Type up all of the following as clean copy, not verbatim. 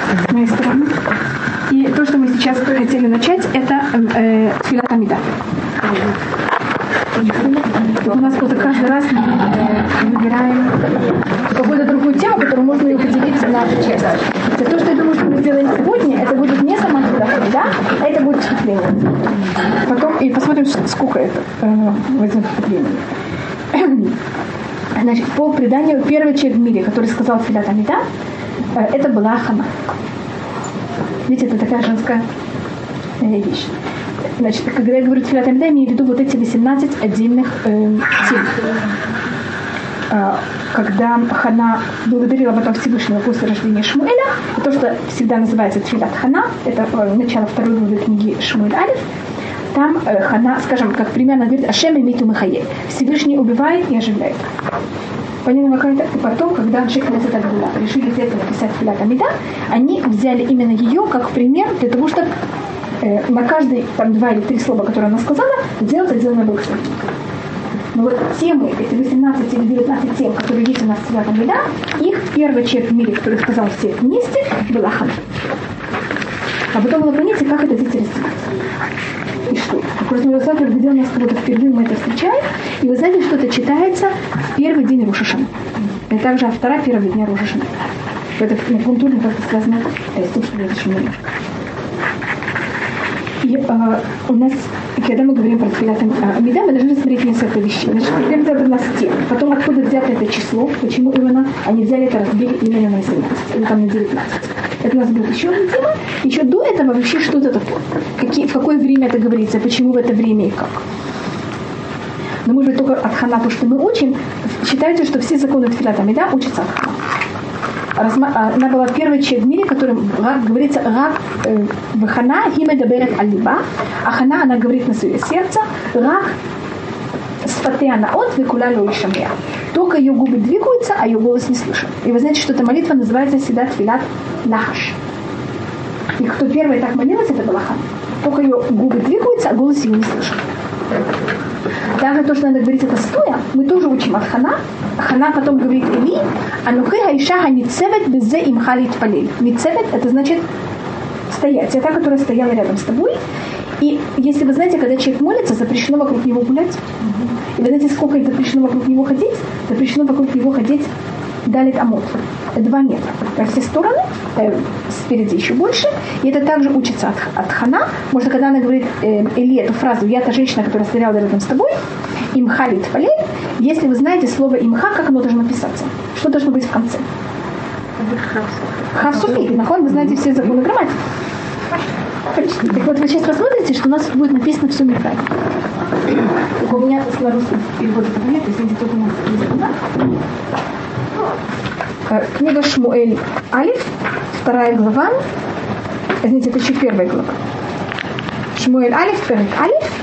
с моей стороны. И то, что мы сейчас хотели начать, это тфилат амида. У нас просто каждый раз мы выбираем какую-то другую тему, которую можно ее поделить на часть. То, что я думаю, что мы сделаем сегодня, это будет не сама тфилат амида, а это будет вступление. Потом и посмотрим, сколько это возьмет вступление. Значит, по преданию, первый человек в мире, который сказал тфилат амида, это была Хана. Видите, это такая женская вещь. Значит, когда я говорю тфилат амида, я имею в виду вот эти 18 отдельных тем. Когда Хана благодарила потом Всевышнего после рождения Шмуэля, то, что всегда называется тфилат Хана, это начало второй главы книги Шмуэль Алеф, там Хана, скажем, как примерно говорит, Ашем имиту михаель. Всевышний убивает и оживляет. Понятно, какая-то. И потом, когда Аншей Кнессет Агдула решили взять и написать тфилат амида, они взяли именно ее как пример для того, чтобы на каждые там 2 или 3 слова, которые она сказала, сделать отдельное благословение. Но вот темы, эти 18 или 19 тем, которые есть у нас в тфилат амида, их первый человек в мире, который сказал все вместе, была Хана. А потом вы понимаете, как это здесь рисуется. И что? Просто где у нас кого-то впервые мы это встречаем, и вы знаете, что это читается в первый день Рош ха-Шана. И также автора первого дня Рош ха-Шана. Это на культуре как-то связано с тем, что это очень немножко. И у нас, когда мы говорим про тфилат амида, мы должны смотреть несколько вещей. Значит, первым делом у нас тема. Потом, откуда взято это число, почему именно они взяли это, разбили именно на 18, или там на 19. Это у нас будет еще одна тема. Еще до этого вообще что это такое? В какое время это говорится, почему в это время и как. Но может быть только от Хана, то, что мы учим, считается, что все законы тфилат амида учатся от Хана. Она была первый человек в мире, которым говорится «Рак в Хана химе даберет аль-либа», а Хана, она говорит на свое сердце «Рак сфатеа наот векула ло ишамеа». Только ее губы двигаются, а ее голос не слышен. И вы знаете, что эта молитва называется всегда тфилат лахаш. И кто первый так молилась, это была Хана. Только ее губы двигаются, а голос ее не слышен. Также то, что надо говорить это стоя, мы тоже учим от Хана. Хана потом говорит Эли, «Анухи хаиша ханицевет безе имха литпалель». Ницевет – это значит стоять. Это та, которая стояла рядом с тобой. И если вы знаете, когда человек молится, запрещено вокруг него гулять. И вы знаете, сколько запрещено вокруг него ходить? Запрещено вокруг него ходить далит амот. 2 метра. Во все стороны, спереди еще больше. И это также учится от Хана. Может, когда она говорит Эли эту фразу «Я та женщина, которая стояла рядом с тобой», «Имха литпалель», если вы знаете слово «имха», как оно должно писаться? Что должно быть в конце? Хасуфит. Вы знаете все законы грамматики. Так вот, вы сейчас посмотрите, что у нас будет написано все неправильно. У меня на русском переводе нет, извините, только на язык. Книга Шмуэль Алеф, 2 глава. Извините, это еще 1 глава. Шмуэль Алеф, перек Алеф.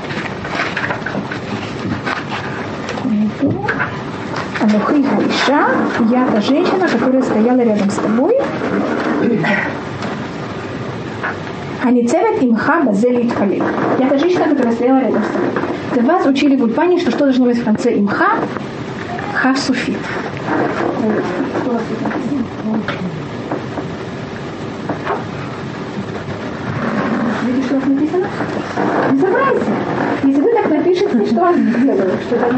Анухи хаиша, я та женщина, которая стояла рядом с тобой. Ханицевет имха базе литпалель. Я та женщина, которая стояла рядом с тобой. За вас учили в Ульпане, что должно быть в конце имха? Хасуфит. Видите, что у вас написано? Не забывайте. Если вы так напишете, что вас сделают?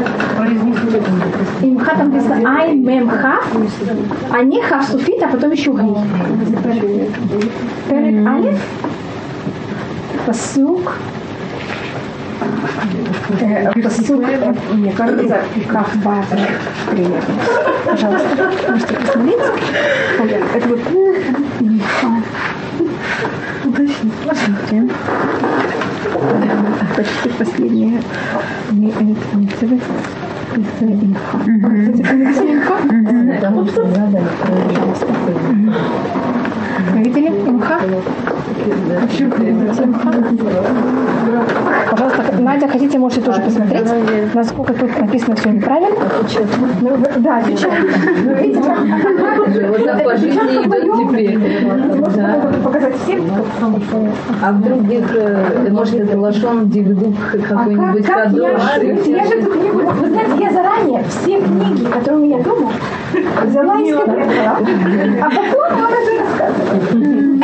Имха там написано айн мемха, а не хасуфит, а потом еще гей. Перек алеф, пасук, мне кажется, кафбар. Пожалуйста, можете посмотреть. Это вот почти последнее. Вы видели? Имха? Пожалуйста, Надя, хотите, можете тоже посмотреть, насколько тут написано все неправильно. Да, отвечаю. Вот по жизни идет теперь. Показать всем. А в других, может, это лашон дигдук какой-нибудь кадош? Я же эту книгу, вы знаете, я заранее все книги, которые у меня дома, взяла и скопировала. А потом вам это рассказывала.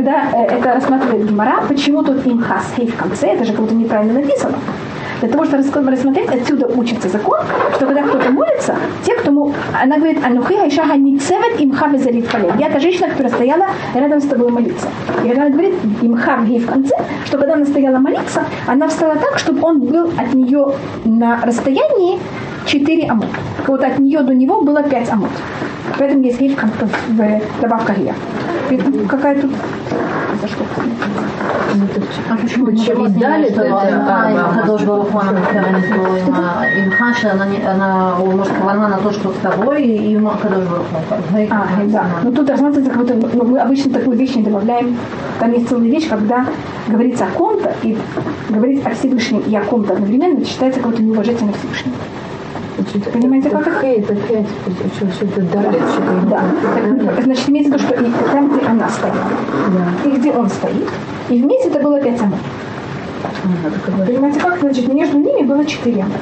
когда это рассматривает Гемара, почему тут имха с хей в конце, это же как-то неправильно написано. Для того, чтобы рассмотреть, отсюда учится закон, что когда кто-то молится, те, кто она говорит, анухи айшаха ницевет имха везалит палет. Я та женщина, которая стояла рядом с тобой молиться. И когда она говорит имха в конце, что когда она стояла молиться, она встала так, чтобы он был от нее на расстоянии 4 амот. Вот от нее до него было 5 амот. Поэтому есть гей в добавках я. Какая тут? За что? А почему дали Кадош Барух Hu имха, она может кавана на то, что с тобой, и Кадош Барух Hu. Да. Но тут рассматривается как будто мы обычно такую вещь не добавляем. Там есть целая вещь, когда говорится о ком-то и говорить о Всевышнем и о ком-то одновременно считается как будто неуважительно Всевышнему. Понимаете, как это? Это 5, что-то дали, что-то. Да. Так, значит, имеется в виду, что и там, где она стоит, и где он стоит, и вместе это было 5 амот. Понимаете, как? Значит, между ними было 4 амот.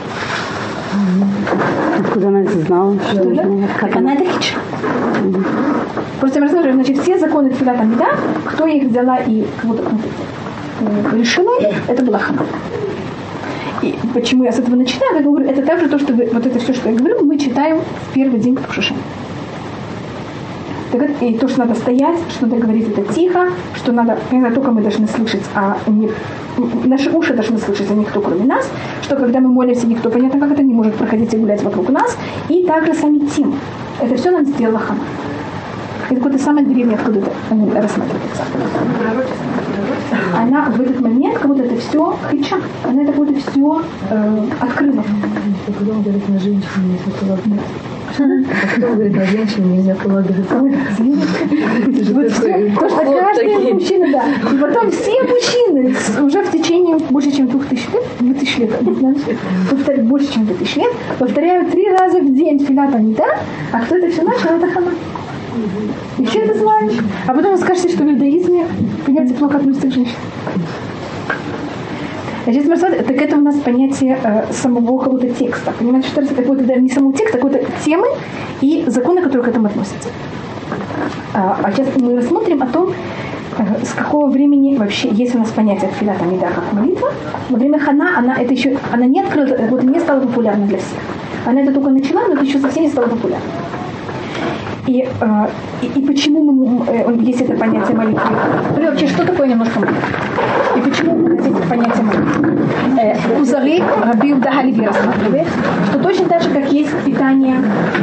Откуда она это знала? Как она это хитра. Просто я рассказываю, значит, все законы Тфилат Амида, кто их взяла и кого-то решила, это была Хана. И почему я с этого начинаю? Я говорю, это также то, что вот это все, что я говорю, мы читаем в первый день Рошашана. И то, что надо стоять, что надо говорить это тихо, что надо, не знаю, только мы должны слышать, а не, наши уши должны слышать, а никто кроме нас, что когда мы молимся, никто, понятно, как это не может проходить и гулять вокруг нас, и также сами тим. Это все нам сделала Хана. Это какое-то самое древнее, откуда это рассматривается. Она в этот момент, как будто это все хича, она это как будто все открыла. Когда он говорит на женщину, нельзя полагаться. А кто говорит на женщину, нельзя полагаться? То, что каждый мужчина, да. И потом все мужчины уже в течение больше, чем 2000 лет, повторяют больше, чем 2000 лет, повторяют 3 раза в день Тфилат Амида, а кто это все начал, это Хана. И все это знаешь. А потом вы скажете, что в иудаизме, понимаете, плохо относится к женщинам. Значит, так это у нас понятие самого какого-то текста. Понимаете, что это какой-то, даже не самого текста, а какой-то темы и законы, которые к этому относятся. А сейчас мы рассмотрим о том, с какого времени вообще есть у нас понятие Тфилат Амида как молитва. Во время Хана она не открыла, вот не стала популярна для всех. Она это только начала, но это еще совсем не стало популярно. И почему есть это понятие молитвы? И вообще, что такое немножко молитва? И почему у нас есть понятие молитвы? Узары Раби Иуда Галеви рассматривает, что точно так же, как есть питание...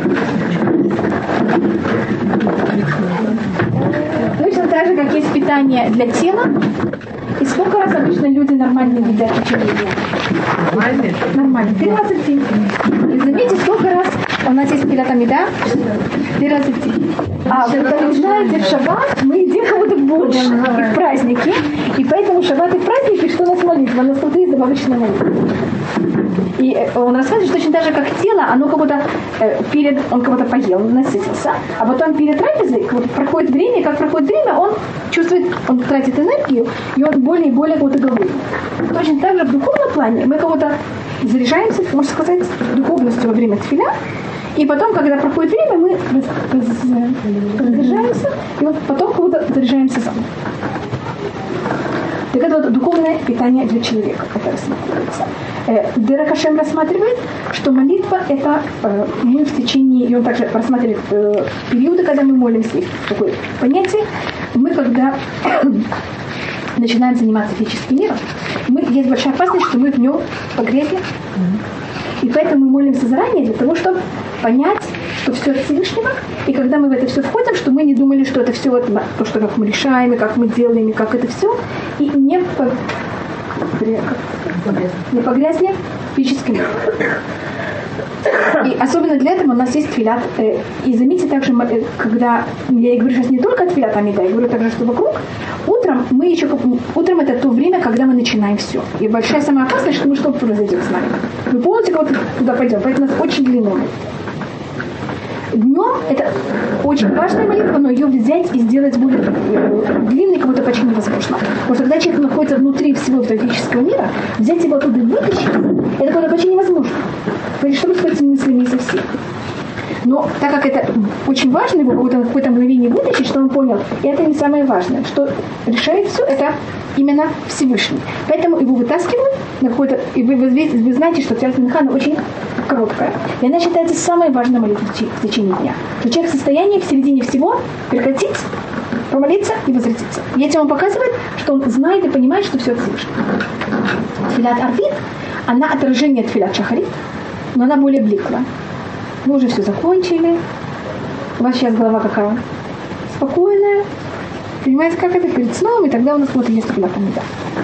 Точно так же, как есть питание для тела, и сколько раз обычно люди нормально едят в течение дня? Нормально. 13 И заметьте, сколько раз у нас есть Тфилат Амида? 13. А вы знаете, в шаббат мы едим кого-то больше, и в праздники. И поэтому в шаббат и в праздники, что у нас молитва? У нас внутри есть добавочная молитва. И он рассказывает, что точно так же, как тело, оно как будто он кого-то поел, насытился, а потом перед трапезой, проходит время, и как проходит время, он чувствует, он тратит энергию, и он более и более кого-то голодный. Точно так же в духовном плане мы кого-то заряжаемся, можно сказать, духовностью во время тфиля, и потом, когда проходит время, мы заряжаемся, и вот потом кого-то заряжаемся заново. Так это вот духовное питание для человека, это рассматривается. Дерах Хашем рассматривает, что молитва это мы в течение, и он также рассматривает периоды, когда мы молимся, есть такое понятие, мы когда начинаем заниматься физическим миром, есть большая опасность, что мы в нем погрязли. И поэтому мы молимся заранее для того, чтобы понять, что все от Всевышнего, и когда мы в это все входим, что мы не думали, что это все вот то, что как мы решаем, и как мы делаем, и как это все, и не погрязли в физическом мире. И особенно для этого у нас есть тфилат. И заметьте также, когда я говорю сейчас не только о тфилат Амида, я говорю также, что вокруг, утром это то время, когда мы начинаем все. И большая самая опасность, что мы что-то произойдет с нами. Мы полностью вот туда пойдем, поэтому у нас очень длинная молитва. Днем это очень важная молитва, но ее взять и сделать более длинной как будто почти невозможно. Потому что когда человек находится внутри всего этого физического мира, взять его оттуда и вытащить, это как будто почти невозможно. Что происходит с мыслями и со всем. Но так как это очень важно, его какое-то мгновение вытащить, что он понял, это не самое важное. Что решает все, это именно Всевышний. Поэтому его вытаскивают на какой-то... И вы знаете, что Тфилат Минха очень короткая. И она считается самой важной молитвой в течение дня. Что человек в состоянии в середине всего прекратить, помолиться и возвратиться. И этим он показывает, что он знает и понимает, что все от Всевышнего. Тфилат Арвит, она отражение Тфилат Шахарит, но она более блеклая. Мы уже все закончили. У вас сейчас голова какая? Спокойная. Понимаете, как это перед сном, и тогда у нас вот есть Тфилат Амида.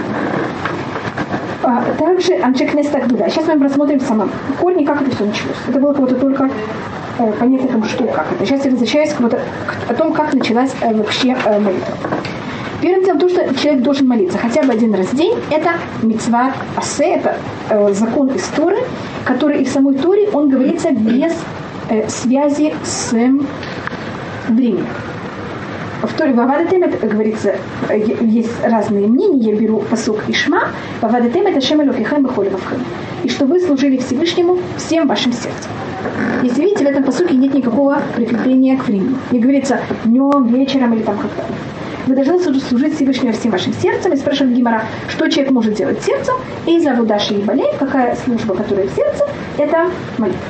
Также Аншей Кнессет Агдуда. Сейчас мы рассмотрим в самом корне, как это все началось. Это было как-то только понятно, там, что и как это. Сейчас я возвращаюсь о том, как началась вообще молитва. Первым делом, то, что человек должен молиться хотя бы один раз в день, это мицват асе, это закон из Торы, который и в самой Торе, он говорится без связи с временем. В Торе Вавадатем это говорится, есть разные мнения, я беру пасук Ишма, Вавадатем это Шем Элокейхем бехоль вавхем. И что вы служили Всевышнему всем вашим сердцем. Если видите, в этом пасуке нет никакого прикрепления к времени. Не говорится днем, вечером или там как-то. Вы должны служить Всевышнему всем вашим сердцем. И спрашивает Гемара, что человек может делать сердцем. И за Вудаши и Балей, какая служба, которая в сердце, это молитва.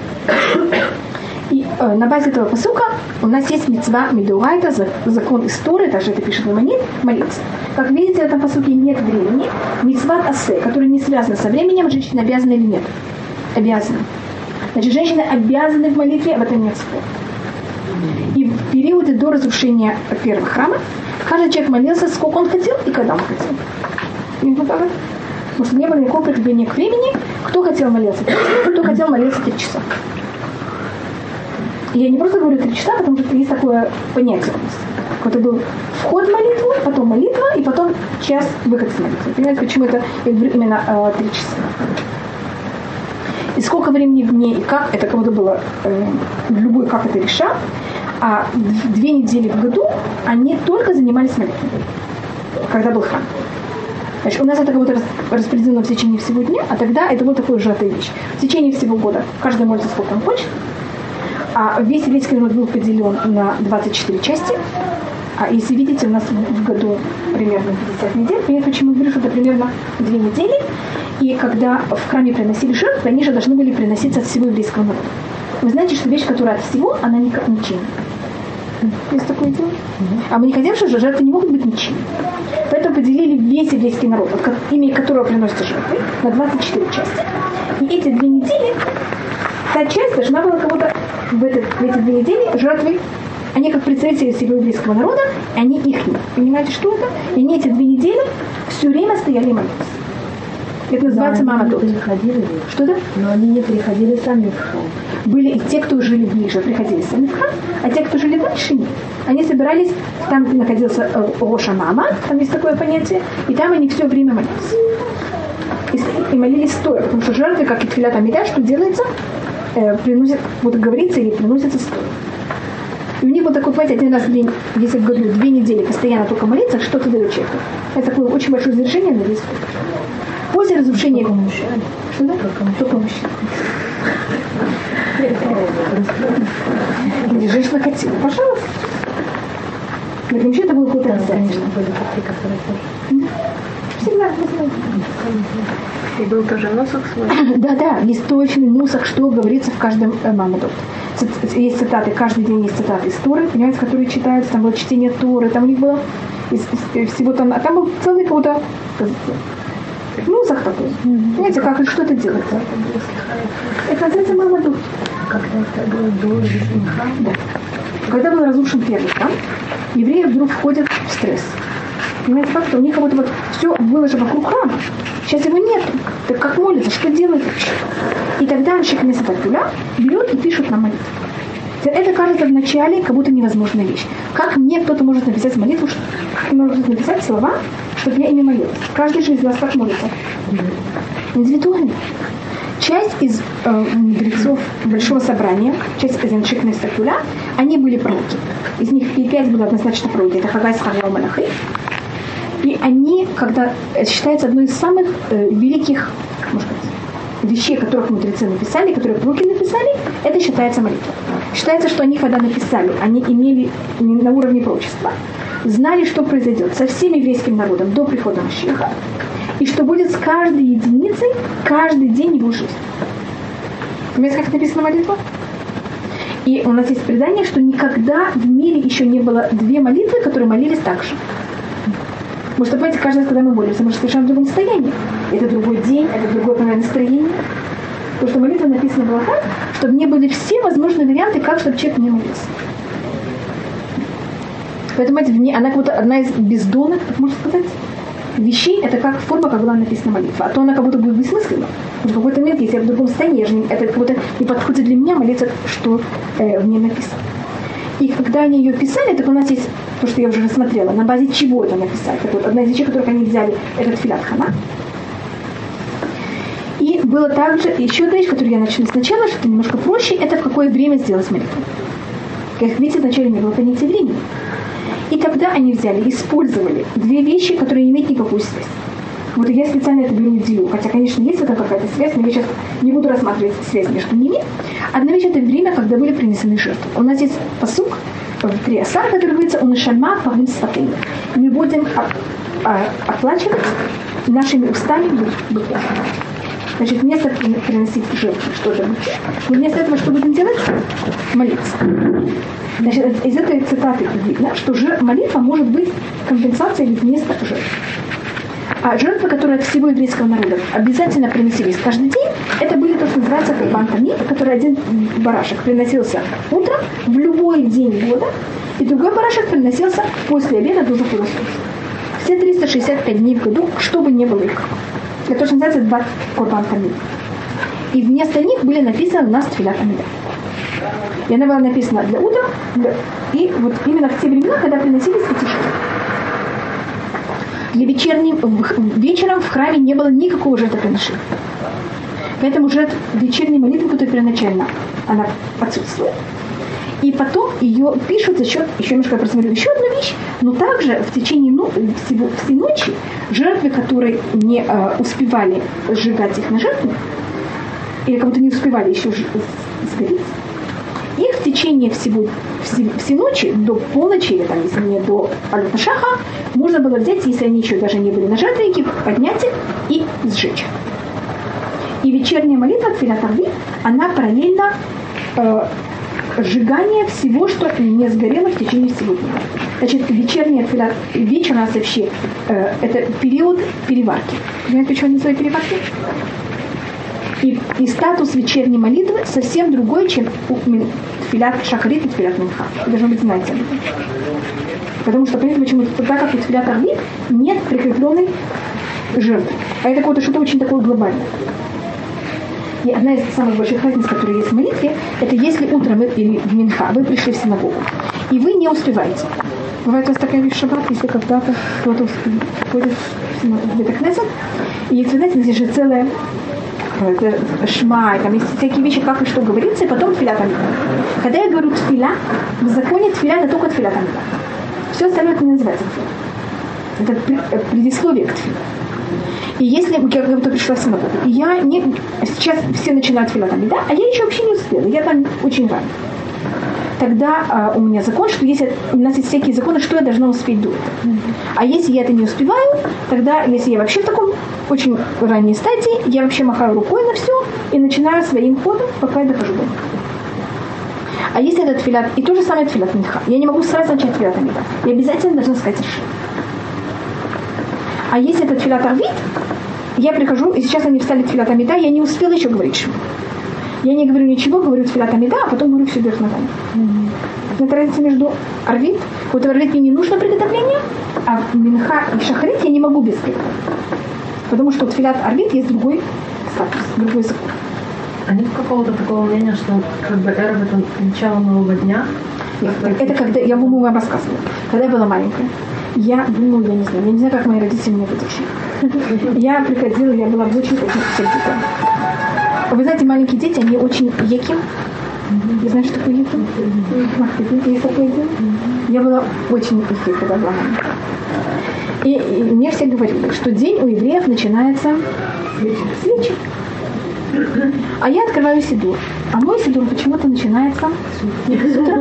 И на базе этого пасука у нас есть мицва Мидурайта, закон из Торы, также это пишет Маймонид, молиться. Как видите, в этом пасуке нет времени. Мицват асе, который не связан со временем, женщина обязана или нет? Обязана. Значит, женщины обязаны в молитве, об этом нет спора. И в периоды до разрушения первых храмов каждый человек молился, сколько он хотел и когда он хотел. Потому что не было никакого прикрепления к времени. Кто хотел молиться 3 часа, кто хотел молиться 3 часа. И я не просто говорю 3 часа, потому что есть такое понятие у нас. Это был вход в молитву, потом молитва, и потом час выход с молитвы. Понимаете, почему это именно 3 часа? И сколько времени в дне и как, это кому-то было любой, как это решал. А 2 недели в году они только занимались молитвой, когда был храм. Значит, у нас это как будто распределено в течение всего дня, а тогда это была такая сжатая вещь. В течение всего года каждый молится сколько он хочет, а весь еврейский народ был поделен на 24 части. А если видите, у нас в году примерно 50 недель, понятно, почему я говорю, что это примерно 2 недели. И когда в храме приносили жертвы, они же должны были приноситься от всего еврейского народа. Вы знаете, что вещь, которая от всего, она никак ничем. Есть такое дело? А мы не хотим, что жертвы не могут быть ничем. Поэтому поделили весь еврейский народ, имя которого приносятся жертвы, на 24 части. И эти 2 недели, та часть должна была кого-то в эти 2 недели жертвы. Они как представители всего еврейского народа, и они их нет. Понимаете, что это? И они эти 2 недели все время стояли и молились. Это называется мамадот. Что-то? Но они не приходили сами в храм. Были и те, кто жили ближе, приходили сами в храм, а те, кто жили дальше, нет. Они собирались, там, где находился Роша Мама, там есть такое понятие, и там они все время молились. И молились стоя, потому что жертвы, как и Тфилат Амида, что делается, приносят, вот говорится, или приносятся стоя. И у них вот такой, понимаете, 1 раз в день, если в году 2 недели постоянно только молиться, что-то дает человеку. Это такое очень большое завершение на весь год. После разрушения... Только мужчина. Что да? Только мужчина. Или женщина хотела. Пожалуйста. Для мужчин это было какое-то обязательство. Всегда, и был тоже носок свой. Да, есть точный носок, что говорится в каждом мамадот. Есть цитаты, каждый день есть цитаты из Торы, понимаете, которые читаются, там было чтение Торы, там у них было из всего там, а там был целый какой-то носок такой. Понимаете, как что-то делать. Это называется мамадот. Как это было до Жениха? Да. Когда был разрушен первый храм, евреи вдруг входят в стресс. Понимаете, как-то у них как будто вот все было же вокруг храма. Сейчас его нет. Так как молится, что делать вообще? И тогда Аншей Кнессет Агдуда берет и пишет на молитву. Это кажется вначале как будто невозможная вещь. Как мне кто-то может написать молитву, может написать слова, чтобы я ими молилась? Каждый же из нас как молится? Индивидуально. Часть из мудрецов Большого собрания, часть из Аншей Кнессет Агдуда, они были пророки. Из них 5 было однозначно пророки. Это Хагай, Схарьяу, Малахи. И они, когда считается одной из самых великих, может быть, вещей, которых мудрецы написали, которые пророки написали, это считается молитва. Считается, что они, когда написали, они имели на уровне пророчества, знали, что произойдет со всем еврейским народом до прихода Машиаха, и что будет с каждой единицей каждый день его жизни. Понимаете, как написана молитва? И у нас есть предание, что никогда в мире еще не было две молитвы, которые молились так же. Потому что, понимаете, каждый раз, когда мы молимся, мы же совершенно в другом состоянии. Это другой день, это другое настроение. Потому что молитва написана была так, чтобы не были все возможные варианты, как чтобы человек не молился. Поэтому, понимаете, она как будто одна из бездонных, так можно сказать, вещей, это как форма, как была написана молитва. А то она как будто бы бессмысленна. Потому что в какой-то момент, если я в другом состоянии, это как будто не подходит для меня молиться, что в ней написано. И когда они ее писали, так у нас есть то, что я уже рассмотрела, на базе чего это написать. Так вот, одна из вещей, которых они взяли, это тфилат хана. И было также еще одна вещь, которую я начну сначала, что немножко проще, это в какое время сделать молитву. Как видите, вначале не было понятия времени. И тогда они взяли, использовали две вещи, которые не имеют никакую связь. Вот я специально это беру и делю. Хотя, конечно, есть это какая-то связь, но я сейчас не буду рассматривать связь между ними. Одна вещь – это время, когда были принесены жертвы. У нас есть пасук в 3 асар, который говорится «Унашама пагим сватей». Мы будем оплачивать нашими устами быки. Значит, вместо приносить жертву что-то быки, мы вместо этого что будем делать? Молиться. Значит, из этой цитаты видно, что молитва может быть компенсацией вместо жертвы. А жертвы, которые от всего еврейского народа обязательно приносились каждый день, это были то, что называется корбан тамид, который один барашек приносился утром в любой день года, и другой барашек приносился после обеда до захода солнца. Все 365 дней в году, что бы ни было их. Это то, что называется 2 корбан тамид. И вместо них были написаны у нас тфилат амида. И она была написана для утра, и вот именно в те времена, когда приносились эти жертвы. Вечером в храме не было никакого жертвоприношения. Поэтому вечерней молитвы, которая первоначально, она отсутствует. И потом ее пишут за счет, еще немножко я просмотрю еще одну вещь, но также в течение всей ночи жертвы, которые не успевали сжигать их на жертву, или как будто не успевали еще сгореть, их в течение всей ночи, до полночи, или там, если не до Алют Шаха, можно было взять, если они еще даже не были на жертвеннике, поднять их и сжечь. И вечерняя молитва тфилат арви, она параллельно сжигание всего, что не сгорело в течение всего дня. Значит, вечерняя тфилат, вечер у нас вообще это период переварки. Понимаете, почему они называют переварки? И статус вечерней молитвы совсем другой, чем тфилат шахарит и тфилат минха. Вы должны быть знаете об этом. Потому что, понимаете, почему так как у тфилат арви нет прикрепленной жертвы. А это какое-то что-то очень такое глобальное. И одна из самых больших разниц, которые есть в молитве, это если утром или в минха вы пришли в синагогу, и вы не успеваете. Бывает у вас такая вещь в шаббат, если когда-то кто-то ходит в бет-кнесет, и если вы знаете, здесь же целая шма, там есть всякие вещи, как и что говорится, и потом тфилат амида. Когда я говорю тфиля, в законе тфиля это только тфилат амида. Все остальное это не называется тфиля. Это предисловие к тфиле. И если я как-то пришла в синагогу, и я не... Сейчас все начинают тфилат амида, а я еще вообще не успела, я там очень рано. Тогда у меня закон, что если у нас есть всякие законы, что я должна успеть до этого. А если я это не успеваю, тогда, если я вообще в таком очень ранней стадии, я вообще махаю рукой на все и начинаю своим ходом, пока я дохожу дома. А если это тфилат, и то же самое тфилат минха, я не могу сразу начать тфилат амида, я обязательно должна сказать решение. А если это тфилат арвит, я прихожу, и сейчас они встали тфилат амида, я не успела еще говорить шма. Я не говорю ничего, говорю тфилат амида, а потом говорю все вверх ногами. Это разница между арвит. Вот в арвит мне не нужно приготовление, а в минха и шахарит я не могу без приготовления. Потому что тфилат арвит есть другой статус, другой закон. А нет какого-то такого мнения, что как бы эра это начало нового дня? Нет, это когда, я вам рассказывала, когда я была маленькая. Я не знаю, как мои родители меня вытащили. Я приходила, я была очень сердитая. Вы знаете, маленькие дети, они очень яким. Вы знаете, что такое яким? Есть такое дело? Я была очень яким, когда была маленькая. И мне все говорили, что день у евреев начинается с вечера. А я открываю сидур. А мой сидур почему-то начинается с утра.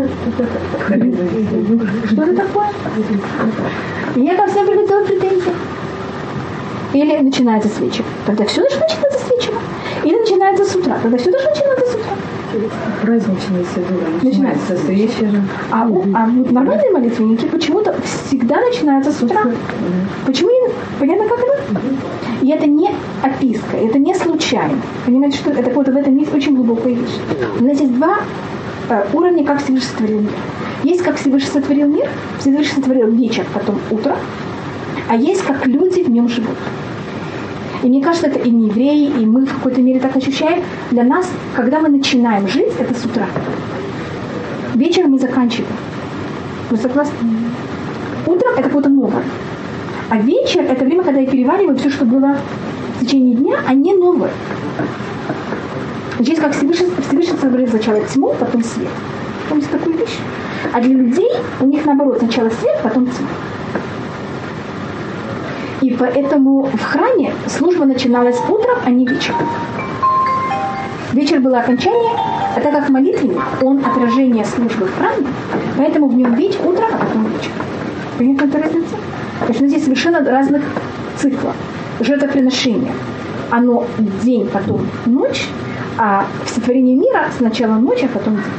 Что это такое? И я ко всем приготовила претензии. Или начинается с вечера. Тогда все должно начинаться с вечера. Или начинается с утра. Тогда все должно начинаться с утра. Праздничные сидуры начинаются с вечера. А вот нормальные молитвенники почему-то всегда начинаются с утра. Почему? Понятно, как это? И это не описка, это не случайно. Понимаете, что это вот в этом есть очень глубокая вещь. У нас есть два уровня, как Всевышний сотворил мир. Есть, как Всевышний сотворил мир, Всевышний сотворил вечер, потом утро, а есть, как люди в нем живут. И мне кажется, это и не евреи, и мы в какой-то мере так ощущаем. Для нас, когда мы начинаем жить, это с утра. Вечером мы заканчиваем. Вы согласны? Утром это что-то новое. А вечер – это время, когда я перевариваю все, что было в течение дня, а не новое. Здесь как Всевышний сотворил сначала тьму, потом свет. Помните такую вещь? А для людей у них наоборот сначала свет, потом тьма. И поэтому в храме служба начиналась утром, а не вечером. Вечер было окончание, а так как молитвенник, он отражение службы в храме, поэтому в нем вечер, утро, а потом вечер. Понятна эта разница? То есть здесь совершенно разных циклов. Жертвоприношение. Оно день, потом ночь, а в сотворении мира сначала ночь, а потом день.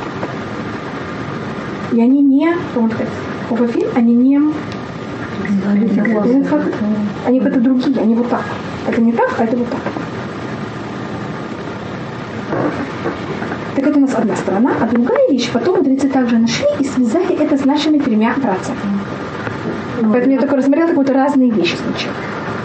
И они не, они не... Они это другие, они вот так. Это не так, а это вот так. Так это у нас одна сторона, а другая вещь. Потом мудрецы также нашли и связали это с нашими тремя братьями. Поэтому я только рассмотрела какие-то разные вещи сначала.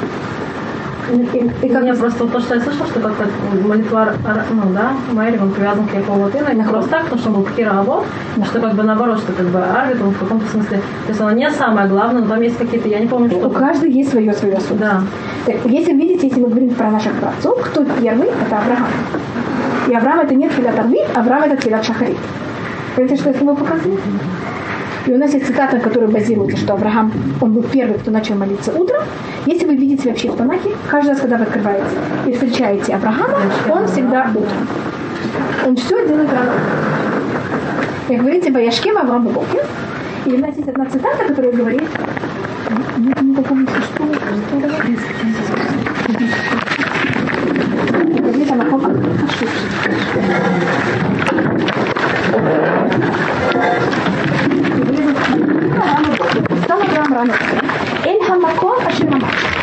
И как я просто то, что я слышала, что как-то молитва, Майрим, он привязан к Якову Тына, не просто так, потому что он был Пхира Авот, что как бы наоборот, что как бы Арвид, он в каком-то смысле, то есть она не самое главное, но там есть какие-то, я не помню, что... У каждого есть свое суть. Да. Так, если видите, если мы говорим про наших праотцов, кто первый, это Авраам. И Авраам это не Тфилат Арвит, Авраам это Тфилат Шахарит. Понимаете, что я с тобой показываю? И у нас есть цитата, которая базируется, что Авраам, он был первый, кто начал молиться утром. Если вы видите вообще в Танахе, каждый раз, когда вы открываете и встречаете Авраама, он всегда утром. Он все делает рано. Как говорите, Баяшкем Авраам Бокер. И у нас есть одна цитата, которая говорит, не помню, что где-то на каком Стал Авраам рано. Эль хамакон ашимама.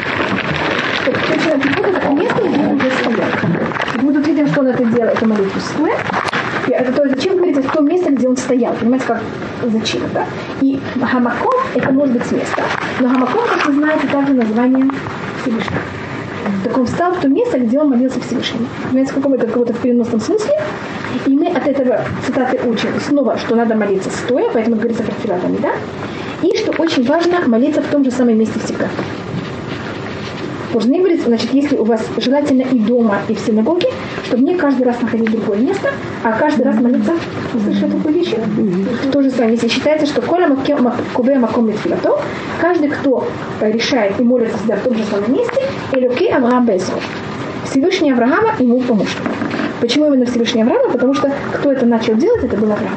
Это место, где он уже стоял. Мы тут видим, что он это делает, это молитву стоя. Это то, зачем говорится, в том месте, где он стоял. Понимаете, как зачем, да? И хамакон, это может быть место. Но хамакон, как вы знаете, также название Всевышнего. Так он встал в то место, где он молился Всевышнему. Понимаете, в каком-то в переносном смысле. И мы от этого цитаты учим снова, что надо молиться стоя, поэтому говорится про Тфилат Амида. И что очень важно, молиться в том же самом месте всегда. Можно не говорить, значит, если у вас желательно и дома, и в синагоге, чтобы не каждый раз находить другое место, а каждый раз молиться, слышали такую вещь? То же самое, если считается, что коля кубе маком литфилато, каждый, кто решает и молится всегда в том же самом месте, элокей Авраам Бейсов. Всевышний Авраама ему помощник. Почему именно Всевышний Авраама? Потому что кто это начал делать, это был Авраам.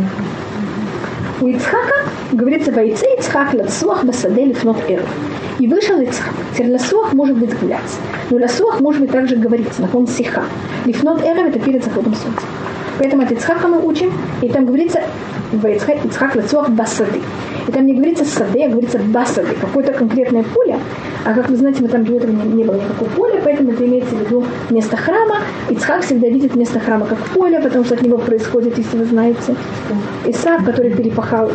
У Ицхака говорится «Вайце Ицхак лацуах басаде лифнот эру». И вышел Ицхак. Теперь лацуах может быть гулять. Но лацуах может быть также говорить, на фон сиха. Лифнот эру это перед заходом солнца. Поэтому от Ицхака мы учим, и там говорится Ицхак лацуах басады. И там не говорится сады, а говорится басады, какое-то конкретное поле. А как вы знаете, мы там до этого не было никакого поля, поэтому это имеется в виду место храма. Ицхак всегда видит место храма как поле, потому что от него происходит, если вы знаете, Исаак, который перепахал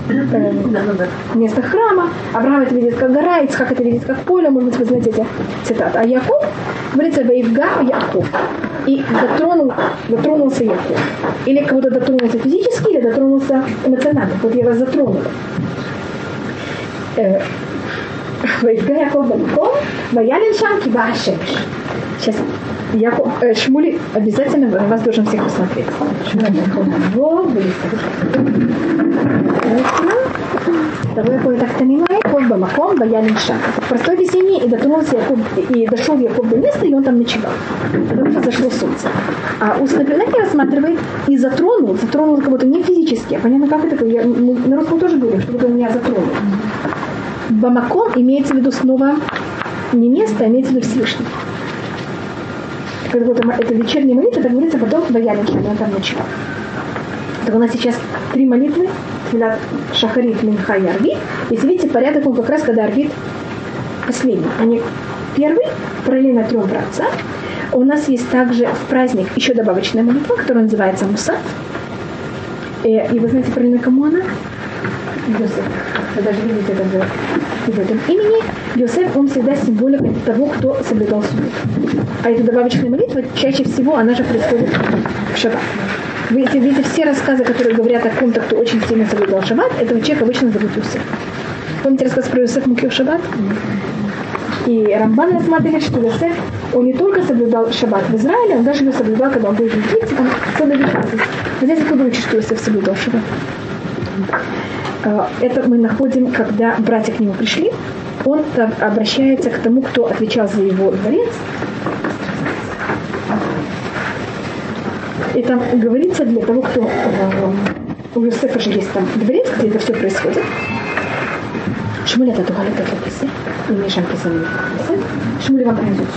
место храма. Авраам это видит как гора, Ицхак это видит как поле. Может быть, вы знаете эти цитаты. А Яков говорится «Ваивга Яков». И дотронулся Яков. Или кого-то дотронулся физически, или дотронулся эмоционально. Вот я вас затронула. Ваивга Яков Баликом, Ваялин Шам Киба Ашемеш. Сейчас Шмули обязательно на вас должен всех посмотреть. Простой весенний, и дотронулся Яков, и дошел Яков до места, и он там ночевал. Потому что зашло солнце. А устное предание рассматривает и затронул как будто не физически. А понятно, как это? На русском тоже говорим, что это меня затронул. Бамаком имеется в виду снова не место, а имеется в виду Всевышний. Как будто это вечерняя молитва, так говорится, потом Ваялин, он там ночевал. Так у нас сейчас 3 молитвы. Шахарит, Минха и Арвит. Если видите, порядок он как раз, когда Арвит последний. Они первый, параллельно 3 братцам. У нас есть также в праздник еще добавочная молитва, которая называется Мусав. И вы знаете, параллельно кому она? Йосеф. Вы даже видите это в этом имени. Йосеф, он всегда символика того, кто соблюдал субботу. А эта добавочная молитва, чаще всего, она же происходит в шаббат. Вы видите, все рассказы, которые говорят о ком-то, кто очень сильно соблюдал шаббат, этого человека обычно зовут Йосеф. Помните рассказ про Йосеф Мукив шаббат? И Рамбан рассматривает, что Йосеф, он не только соблюдал шаббат в Израиле, он даже его соблюдал, когда он был в Египте, там целый век. Вы знаете, откуда учит, что Йосеф соблюдал шаббат? Это мы находим, когда братья к нему пришли, он обращается к тому, кто отвечал за его дворец. И там говорится для того, кто у Йосефа же есть там дворец, где это все происходит. Шмуля это туалет это писи, и Мишан писали. Шмуля вам принесет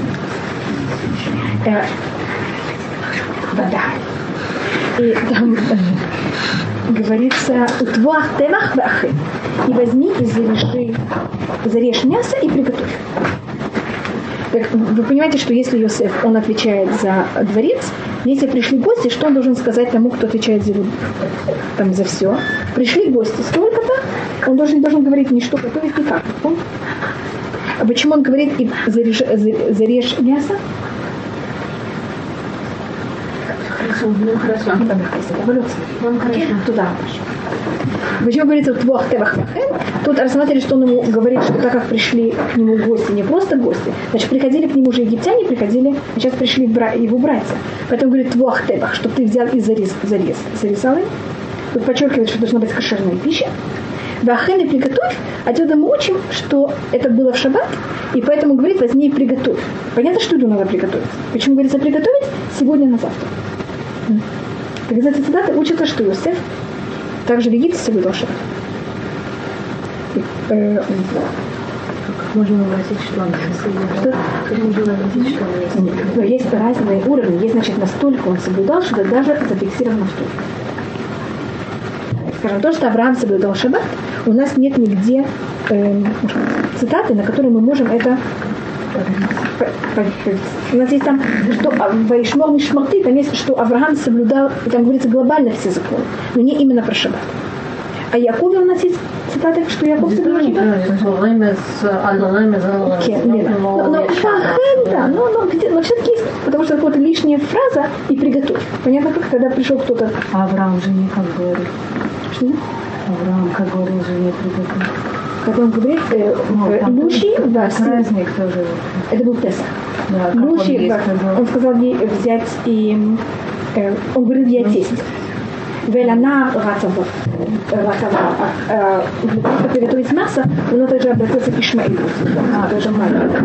вода. И там говорится «Утвах темах вахы» и возьми и зарежь мясо и приготовь. Так, вы понимаете, что если Йосеф, он отвечает за дворец, если пришли гости, что он должен сказать тому, кто отвечает за, там, за все? Пришли гости столько-то, он должен говорить не что готовить, никак. А почему он говорит и зарежь мясо? Хорошо. Туда. Почему говорится «Твох тевах вахен»? Тут рассматривали, что он ему говорит, что так как пришли к нему гости, не просто гости, значит, приходили к нему уже египтяне, а сейчас пришли его братья. Поэтому говорит «Твох тевах», что ты взял и зарезал им. Тут подчеркивает, что должна быть кошерная пища. Вахен и приготовь. Отсюда мы учим, что это было в шаббат, и поэтому говорит «возьми и приготовь». Понятно, что надо приготовить. Почему говорится приготовить? Сегодня на завтра. Так из этой цитаты учится, что Йосеф также в Египте соблюдал шаббат. Можно выразить, что он соблюдал? Можно выразить, что он не соблюдал? Есть разные уровни. Есть, значит, настолько он соблюдал, что даже зафиксировано в Торе. Скажем, то, что Авраам соблюдал шаббат, у нас нет нигде цитаты, на которые мы можем это... У нас есть там, что Ваишмор Мишмарти, там есть, что Авраам соблюдал, и там говорится глобально все законы, но не именно про шаббат. А Якове у нас есть цитаты, что Яков соблюдал шаббат? Но все-таки есть, потому что какая-то лишняя фраза и приготовь. Понятно, как когда пришел кто-то... А Авраам жене как говорит? Что? Авраам как говорит жене приготовь. Когда он говорит, Луши, да, праздник тоже. Это был Песах. Да, Луши, он сказал ей взять и он говорил ей тесть. Велана Рацава. Для того, чтобы приготовить мясо, он также обратился к Ишмаилу. Тоже маленький.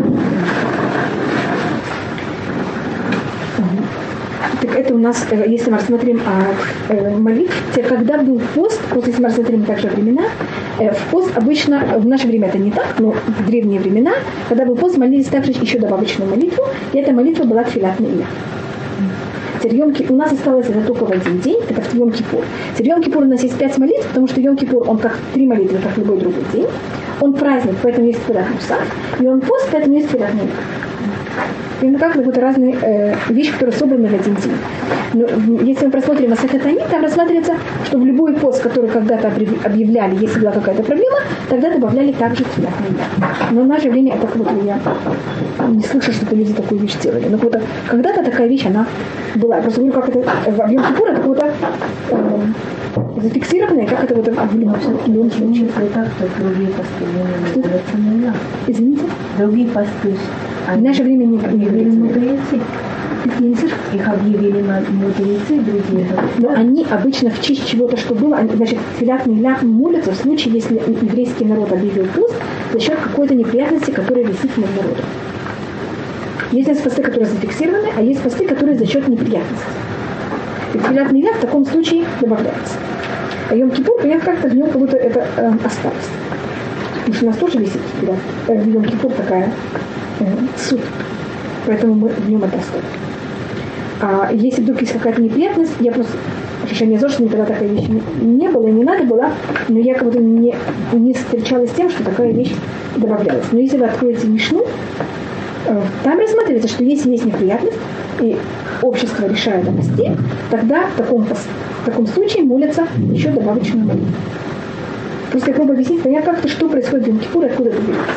Так это у нас, если мы рассмотрим молитве, когда был пост, вот если мы рассмотрим также времена, в пост обычно, в наше время это не так, но в древние времена, когда был пост, молились также еще добавочную молитву, и эта молитва была тфилат не'иля. У нас осталось это только в один день, это в Йом-Кипур. В Йом-Кипур у нас есть 5 молитв, потому что Йом-Кипур, он как 3 молитвы, как любой другой день. Он праздник, поэтому есть тфилат мусав, и он пост, поэтому есть тфилат не'иля. Именно как какие-то разные вещи, которые собраны в один день. Но если мы просмотрим Масехет Таанит, там рассматривается, что в любой пост, который когда-то объявляли, если была какая-то проблема, тогда добавляли также тфилат не'иля. Но в наше время это как будто я не слышу, что люди такую вещь делали. Но когда-то такая вещь, она была. Я просто говорю, как это в Йом-Кипур, это какое-то зафиксированное, как это в любом случае. Так, что другие посты не называются не'иля. Извините? Другие посты В наше время не мудрецы. Я не слышу, их объявили мудрецы, другие. Но они обычно в честь чего-то, что было, значит, тфилат милях молятся в случае, если еврейский народ объявил пост за счет какой-то неприятности, которая висит над народом. Есть посты, которые зафиксированы, а есть посты, которые за счет неприятностей. И тфилат милях в таком случае добавляется. А Йом-Кипур, понятно, как-то в нем как будто это осталось. Потому что у нас тоже висит тфилат. В Йом-Кипур такая суд. Поэтому мы в нем это оставим. А если вдруг есть какая-то неприятность, я просто решение ЗОЖ, никогда такая вещь не было и не надо было, но я как будто не встречалась с тем, что такая вещь добавлялась. Но если вы откроете Мишну, там рассматривается, что если есть неприятность, и общество решает о посте, тогда в таком случае молятся еще добавочную молитву. Просто я пробую объяснить, понятно, как-то, что происходит в Йом-Кипур и откуда это берется.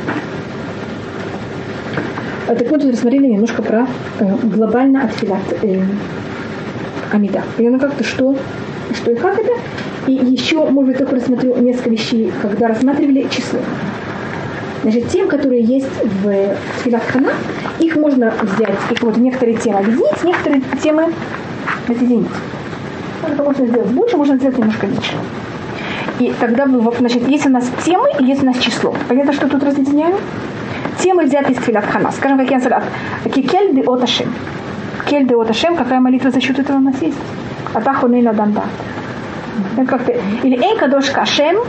Так вот, рассмотрели немножко про глобально отфилат Амида. И оно как-то что и как это. И еще, может быть, только рассмотрю несколько вещей, когда рассматривали число. Значит, тем, которые есть в тфилат Хана, их можно взять, их вот некоторые темы объединить, некоторые темы разъединить. Это можно сделать больше, можно сделать немножко меньше. И тогда, значит, есть у нас темы и есть у нас число. Понятно, что тут разъединяю? Темы взяты из тфилат Хана. Скажем, как я сказала, Кикель де от Ашем. Кель де от Ашем, какая молитва за счет этого у нас есть? Атахуней на данда. Или Эй Кадош Кашем.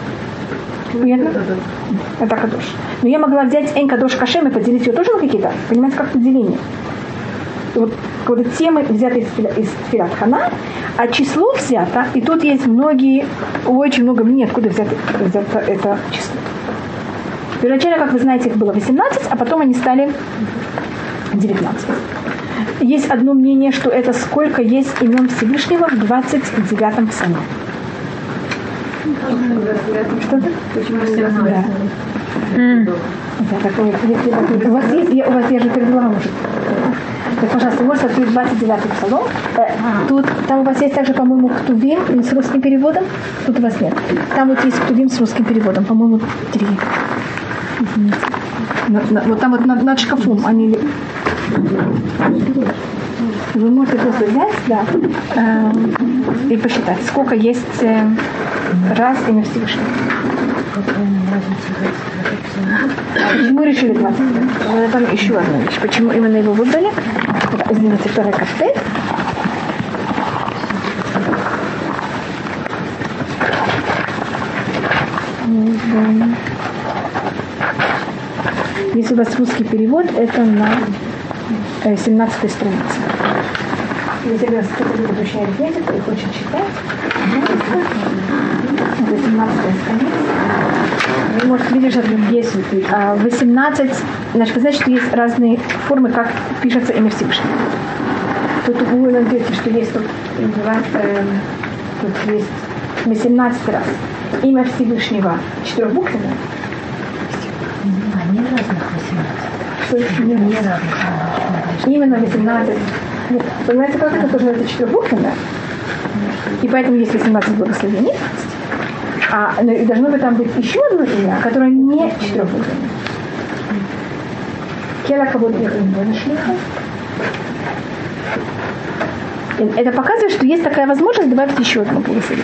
Это Кадош. Но я могла взять Эй Кадош Кашем и поделить ее тоже на какие-то. Понимаете, как-то деление. Вот темы взяты из тфилат Хана, а число взято, и тут есть очень много мнений, откуда взято это число. Первоначально, как вы знаете, их было 18, а потом они стали 19. Есть одно мнение, что это сколько есть имен Всевышнего в 29-м псалме. Что-то? Почему все да. У вас есть, я же перевела, может. Так, пожалуйста, можете открыть 29-й псалом. Там у вас есть также, по-моему, Ктувим с русским переводом. Тут у вас нет. Там вот есть Ктувим с русским переводом. По-моему, 3. Вот там вот над шкафом они... Вы можете просто взять, да, и посчитать, сколько есть раз имя Всевышнего. Почему решили 20? Там еще одна вещь. Почему именно его выбрали? Извините, второй кафе. Если у вас русский перевод, это на 17-й странице. Если у вас кто-то любит очень арифметику и хочет читать, это 17-я страница. Вы можете видеть, что есть 18, значит, вы знаете, что есть разные формы, как пишется имя Всевышнего. Тут вы найдете, что есть тут есть 18 раз. Имя Всевышнего 4-буквенное. Не разных 18. Не разных. Именно 18. Понимаете, как это тоже это 4-буквенное? И поэтому есть 18 благословений. И должно быть там быть еще одно имя, которое не 4-буквенное. Кела кого-то нашли. Это показывает, что есть такая возможность добавить еще одно благословение.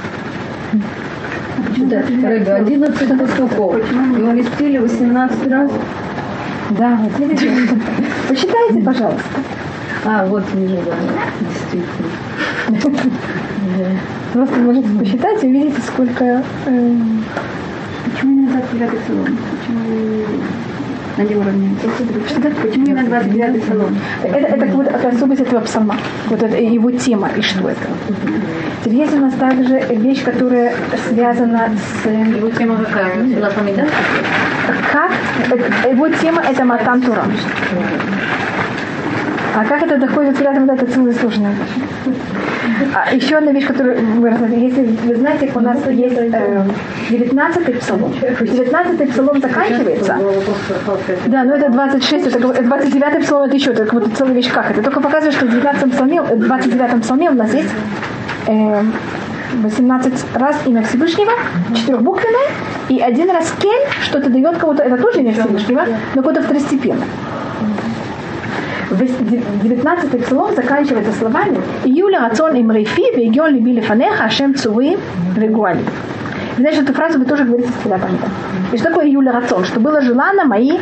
Рыба, 11 пастухов. Его листили 18 раз. Да, вот видите. Посчитайте, пожалуйста. Вот вижу, да, действительно. Просто можете посчитать и увидите, сколько... Почему именно 29-й псалом? Почему на где уровне? Почему именно 29-й псалом? Это вот особенность этого псалма. Вот это его тема и что это. Теперь есть у нас также вещь, которая связана с... Его тема какая? Как? Его тема это Матан Тора. А как это доходит рядом, это целая сложная вещь. Еще одна вещь, которую мы рассмотрели. Если вы знаете, у нас есть 19-й псалом. 19-й псалом заканчивается. Да, но это 26, это 29-й псалом, это еще это вот целая вещь. Как это? Только показывает, что в 29-м псалме у нас есть 18 раз имя Всевышнего, 4-буквенное, и 1 раз кель, что-то дает кому-то, это тоже имя Всевышнего, но какое-то второстепенно. 19-й псалом заканчивается словами «Юля рацон им рейфи, вегион либи лефанеха, ашем цури регуали». Вы знаете, эту фразу вы тоже говорите с Тфилат Амида. И что такое Юля рацон? Что было желано мои.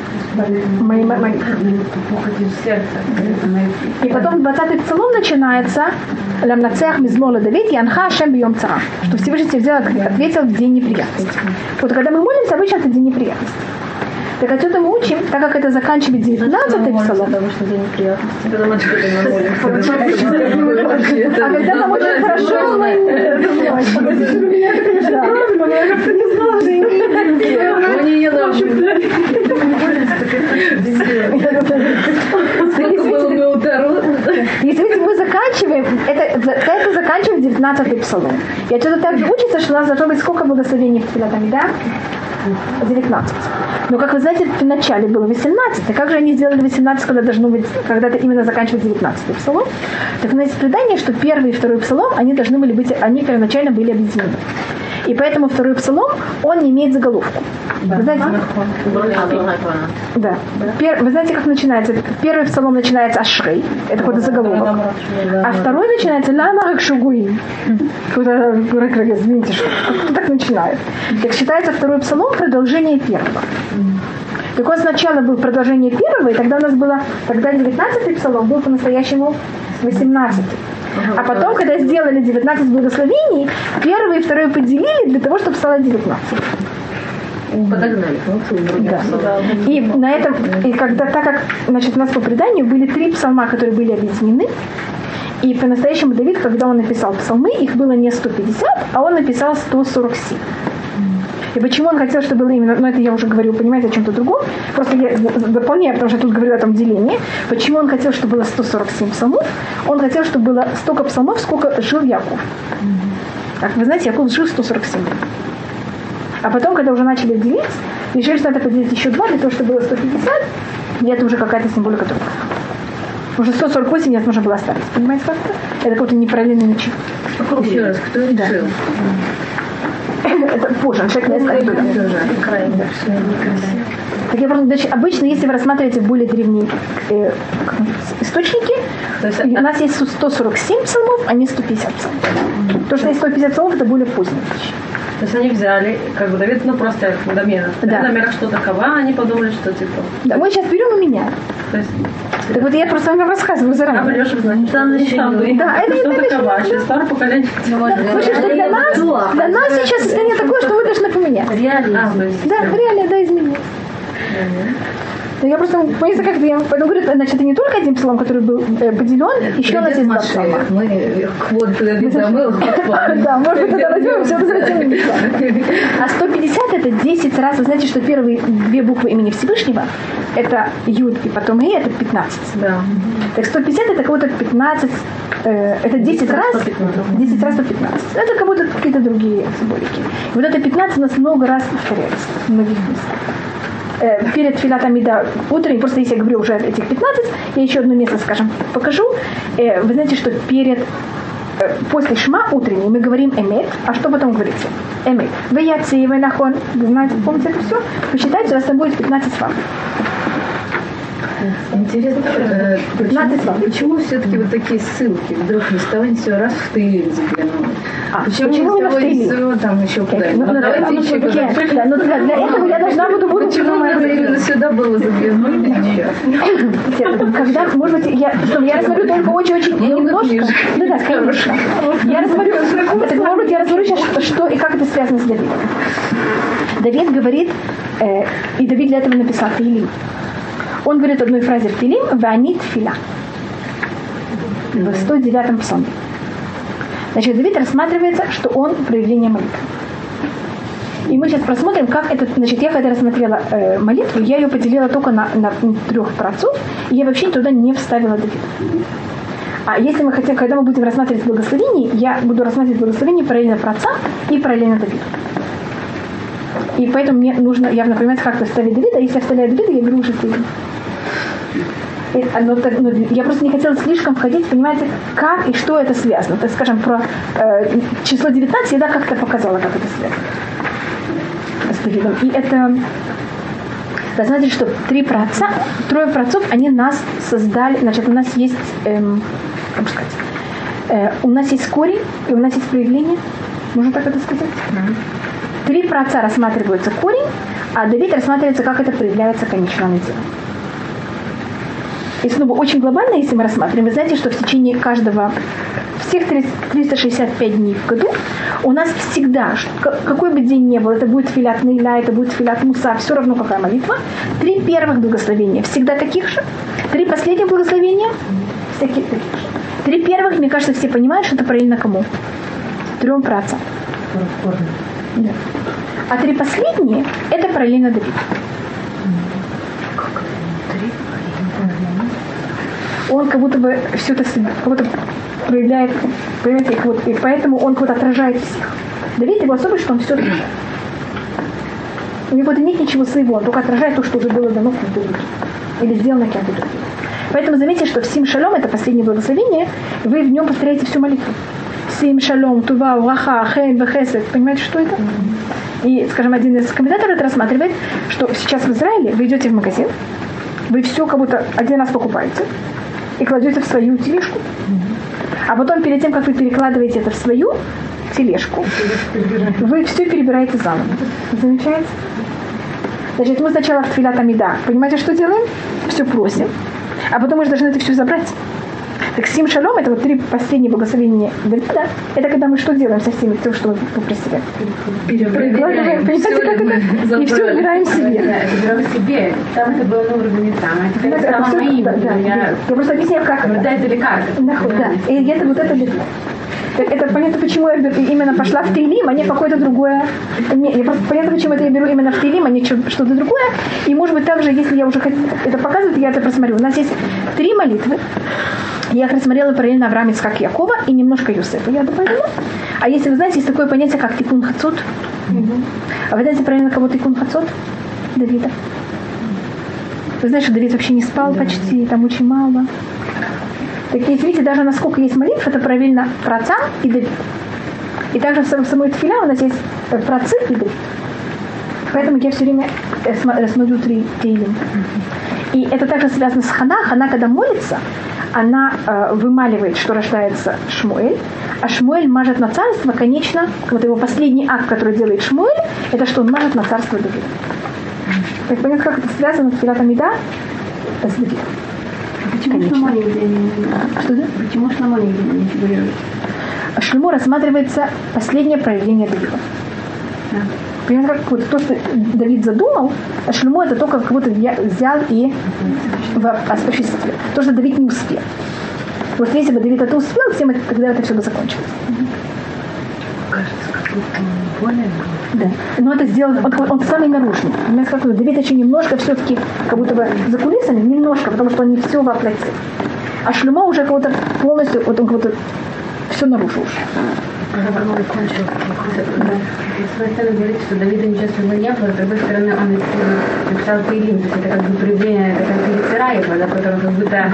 И потом 20-й псалом начинается «Ламнацех мизмор ледавид, янха ашем бьем цара», что Всевышний ответил в день неприятности. Вот когда мы молимся, обычно это день неприятности. Так отсюда мы учим, так как это заканчивает 19-й псалом. Потому что день неприятности. А когда нам очень хорошо, если мы заканчиваем, это заканчивает 19-й псалом. И отсюда также учится, что у нас должно быть сколько благословений в Тфилат Амида? 19. Но, как вы знаете, в начале было 18. А как же они сделали 18, когда должно быть, когда это именно заканчивает 19-й псалом? Так у нас есть предание, что первый и второй псалом, они должны были быть, они первоначально были объединены. И поэтому второй псалом, он не имеет заголовка. Вы знаете? Да. Вы знаете, как начинается? Первый псалом начинается Ашрей, это какой-то заголовок. А второй начинается Лама Ракшугуи. Извините, что так начинает. Так считается второй псалом продолжение первого. Так он сначала был продолжение первого, и тогда у нас было, тогда 19-й псалом был по-настоящему 18-й. А потом, когда сделали 19 благословений, первый и второй поделили для того, чтобы стало 19. Подогнали. Да. И на этом, и когда, так как, значит, у нас по преданию были 3 псалма, которые были объединены, и по-настоящему Давид, когда он написал псалмы, их было не 150, а он написал 147. И почему он хотел, чтобы было именно, это я уже говорю, понимаете, о чем-то другом, просто я дополняю, потому что я тут говорю о том делении, почему он хотел, чтобы было 147 псалмов, он хотел, чтобы было столько псалмов, сколько жил Яков. Так, вы знаете, Яков жил 147 лет. А потом, когда уже начали делить, решили, что надо поделить еще 2, для того, чтобы было 150, и это уже какая-то символика другая. Уже 148 нет, можно было оставить. Понимаете, как это? Это какой-то неправильный начин. Еще раз, кто решил? Это позже, человек не скажет. Так я просто, значит, обычно, если вы рассматриваете более древние источники, у нас есть 147 псалмов, а не 150 псалмов. То, что есть 150 псалмов, это более поздние вещи. То есть они взяли, как бы Давид, просто в домерах. Да. В домерах что такова, они подумали, что типа. Да, мы сейчас берем и меняем. То есть, так вот я просто вам рассказываю заранее. А берешь, значит, там начинаю. Да, это что не такова, через пару поколений. Слушай, что для нас сейчас состояние такое, что мы должны поменять. Реально. Да, реально, да, изменить. Но я просто, понимаете, как я поэтому говорю, значит, это не только один псалом, который был поделен, еще у нас есть 2 псалма. Мы вот замыл. Да, может быть, тогда возьмем, все возвратим. А 150 это 10 раз. Вы знаете, что первые 2 буквы имени Всевышнего это Юд и потом И, это 15. Да. Так 150 это кого-то 15, это 10 раз 10 раз по 15. Это как будто какие-то другие символики. И вот это 15 у нас много раз повторяется в многих местах. Перед Тфилат Амида утренней, просто если я говорю уже этих 15, я еще одно место, скажем, покажу. Вы знаете, что после Шма утренней мы говорим Эмет, а что потом говорится? Эмет. Ваяци, Вайнахон. Вы знаете, помните это все? Посчитайте, у нас там будет 15 слов. Интересно, почему все-таки вот такие ссылки вдруг ни с того ни с сего раз в Таилим заглянули? Почему именно в Таилим? Там еще куда-нибудь. Для этого я должна буду Почему именно сюда было заглянули? Когда, может быть, я рассмотрю только очень-очень немножко. Да, конечно. Я рассмотрю, может быть, я рассмотрю сейчас, что и как это связано с Давидом. Давид говорит, и Давид для этого написал Таилим. Он говорит одной фразе в Таилим «Ваанит фила» в 109-м псалме. Значит, Давид рассматривается, что он проявление молитвы. И мы сейчас просмотрим, как это... Значит, я когда рассмотрела молитву, я ее поделила только на 3 праотцов, и я вообще туда не вставила Давида. А если мы хотим, когда мы будем рассматривать благословение, я буду рассматривать благословение параллельно праотцам и параллельно Давиду. И поэтому мне нужно явно понимать, как вставить Давида. Если я вставляю Давида, я беру уже Таилим. Я просто не хотела слишком входить, понимаете, как и что это связано. Так скажем, про число 19 я как-то показала, как это связано с Давидом. И это, вы знаете, что трое праотцов, они нас создали, значит, у нас есть, как сказать, у нас есть корень, и у нас есть проявление. Можно так это сказать? Три праотца рассматриваются корень, а Давид рассматривается, как это проявляется конечно на деле. И снова очень глобально, если мы рассматриваем, вы знаете, что в течение всех 365 дней в году у нас всегда, какой бы день ни был, это будет тфилат Нейла, это будет тфилат Муса, все равно какая молитва, 3 первых благословения всегда таких же, 3 последних благословения всяких таких же. 3 первых, мне кажется, все понимают, что это параллельно кому? 3 праотцам. Да. А 3 последние – это параллельно Давиду. Он как будто бы все это как будто проявляет, понимаете, и поэтому он как будто отражает всех. Давид его особый, что он все отражает. У него нет ничего своего, он только отражает то, что уже было дано кем-то другим. Или сделано кем-то другим. Поэтому заметьте, что в Сим Шалом, это последнее благословение, вы в нем повторяете всю молитву. Сим Шалом, Тува, Ураха, Хейн, Вехесед. Понимаете, что это? И, скажем, один из комментаторов это рассматривает, что сейчас в Израиле вы идете в магазин, вы все как будто один раз покупаете и кладете в свою тележку. А потом, перед тем, как вы перекладываете это в свою тележку, вы все перебираете заново. Замечаете? Значит, мы сначала в Тфилат Амида, понимаете, что делаем? Все просим. А потом мы же должны это все забрать. Так Сим Шалом, это вот 3 последние благословения Давида, это когда мы что делаем со всеми тем, что мы попросили? Перекладываем, понимаете, как это? И все убираем себе. Убираем себе. Там это было на уровне там, а теперь это стало моим. Я просто объясняю, как это. Да, или как это. Да, и это вот это Давид. Это понятно, почему я именно пошла в Теилим, а не какое-то другое. Я просто понятно, почему это я беру именно в Теилим, а не что-то другое. И может быть также, если я уже это показываю, я это просмотрю. У нас есть 3 молитвы. Я их рассмотрела параллельно Авраам, Ицхак, Якова и немножко Юсефа. Я добавила. А если вы знаете, есть такое понятие, как Тикун Хацот. А вы знаете параллельно кого Тикун Хацот? Давида. Вы знаете, что Давид вообще не спал почти, там очень мало. Так если видите, даже насколько есть молитв, это параллельно праотцам и Давид. И также в самой Тфиля у нас есть праотцы и Давид. Поэтому я все время смотрю 3 Теилим. И это также связано с Хана. Хана, когда молится, она вымаливает, что рождается Шмуэль, а Шмуэль мажет на царство, конечно, вот его последний акт, который делает Шмуэль, это что он мажет на царство Давида. То есть понятно, как это связано с Тфилат Амида с Давидом. Почему Шломо нигде не Что да? Почему Шломо нигде не фигурирует? Шломо рассматривается последнее проявление Давида. Да. Понимаете, как вот то, что Давид задумал, а Шломо это только как будто взял и осуществил. То, что Давид не успел. Вот если бы Давид это успел, всем это, тогда это все бы закончилось. Кажется, как будто более. Да. Но это сделал, он самый наружный. Понимаете, как Давид еще немножко все-таки, как будто бы за кулисами, немножко, потому что он не все воплотил. А Шломо уже как будто полностью, вот он как будто все наружу уже. Когда он кончил. С одной стороны говорит, что Давида ничего своего не было, с другой стороны он написал Теилим, то есть это как бы проявление такой цара его, да, который как будто...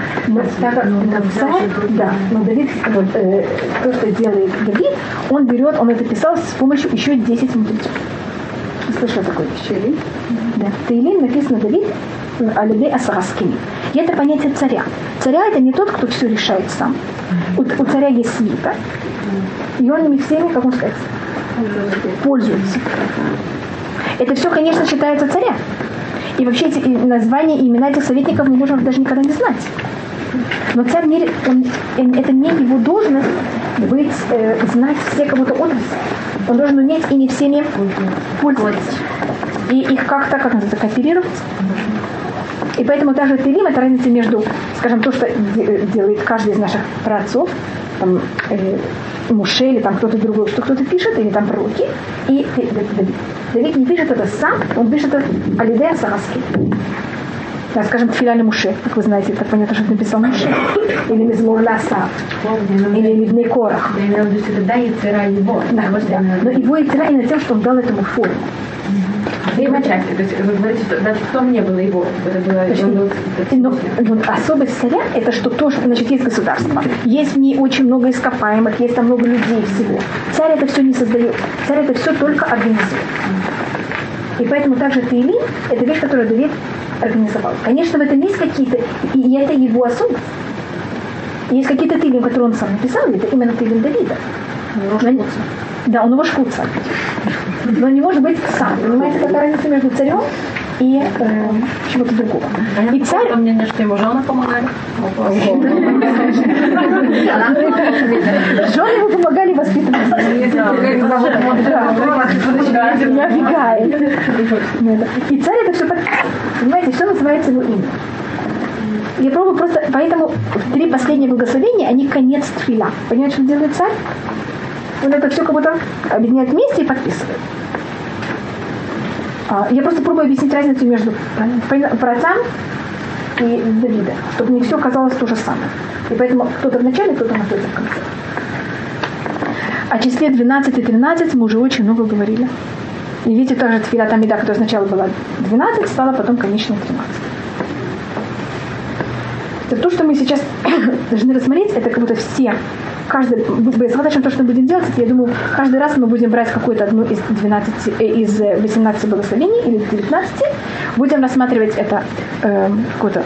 Да, но Давид, вот, то, что делает Давид, он берет, он это писал с помощью еще 10 мудрецов. Слышал такое вещь? Да. Теилим написано Давид Алидей Асараскими. И это понятие царя. Царя это не тот, кто все решает сам. У царя есть свита, и он ими всеми, как он сказать, пользуется. Это все, конечно, считается царя. И вообще эти названия и имена этих советников мы можем даже никогда не знать. Но царь, это не его должность быть, знать все кого-то отрасли. Он должен уметь ими всеми пользоваться. И их как-то, как называется, кооперировать. И поэтому также Теилим это разница между, скажем, то, что делает каждый из наших праотцов, там, Муше или там кто-то другой, что кто-то пишет, или там пророки, и Давид. Давид не пишет это сам, он пишет это Алидей Асараски. Да, скажем, Тфиля Муше, как вы знаете, так понятно, что написал Муше. Или Мизмор Ласа, или Ливней Корах. Я имела в виду, что да, и цара его. Да, но его и цара именно тем, что он дал этому форму. Его части. То есть вы говорите, что даже в том не было его. Это было... Но особость царя – это что тоже, значит, есть государство. Есть в ней очень много ископаемых, есть там много людей всего. Царь это все не создает. Царь это все только организует. И поэтому также Теилим – это вещь, которую Давид организовал. Конечно, в этом есть какие-то, и это его особенность. Есть какие-то Теилим, которые он сам написал, это именно Теилим Давида. Да, он его шкутся. Но не может быть сам. Понимаете, какая разница между царем и чего-то другого. И царь... По мнению, что ему жены помогали. Жены ему помогали воспитывать. Не обвигает. И царь это все... Понимаете, все называется его имя. Я пробую просто... Поэтому 3 последние благословения, они конец тфиля. Понимаете, что делает царь? Он это все как будто объединяет вместе и подписывает. Я просто пробую объяснить разницу между праотцам и Давида, чтобы не все казалось то же самое. И поэтому кто-то в начале, кто-то находится в конце. О числе 12 и 13 мы уже очень много говорили. И видите, также тфилат амида, которая сначала была 12, стала потом конечной 13. То, что мы сейчас должны рассмотреть, это как будто все... Безгадочно то, что мы будем делать, я думаю, каждый раз мы будем брать какую-то одну из 18 благословений или 19, будем рассматривать это какое-то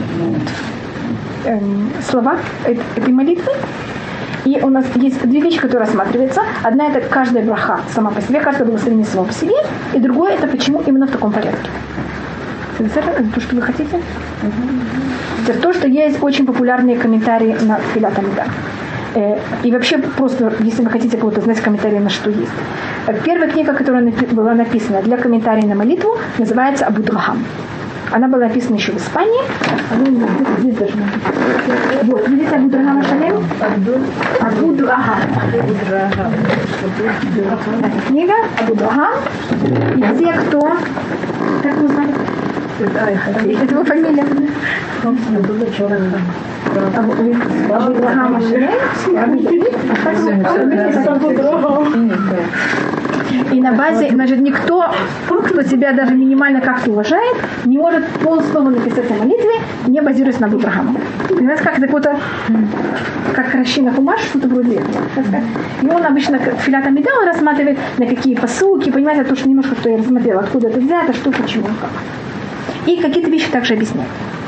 слова этой молитвы. И у нас есть 2 вещи, которые рассматриваются. Одна это каждая браха сама по себе, каждое благословение само по себе, и другое это почему именно в таком порядке. Это то, что вы хотите? Это то, что есть очень популярные комментарии на Тфилат Амида. И вообще просто, если вы хотите кого-то знать комментарии на что есть. Первая книга, которая была написана для комментариев на молитву, называется Абу Драхам. Она была написана еще в Испании. Здесь даже вот, видите Абу Драхам Ашалем? Абу Драхам. Книга Абу Драхам. И все, кто... Как вы узнали? Это его фамилия. И на базе, значит, никто, кто себя даже минимально как-то уважает, не может полслова написать о молитве, не базируясь на Абу Драхама. Понимаете, как это какое-то, как Рашина Хумаш, что-то вроде этого. И он обычно Тфилат Амида он рассматривает на какие посылки, понимаете, то, что немножко, что я рассмотрела, откуда это взято, что, почему, как. И какие-то вещи также объясняют.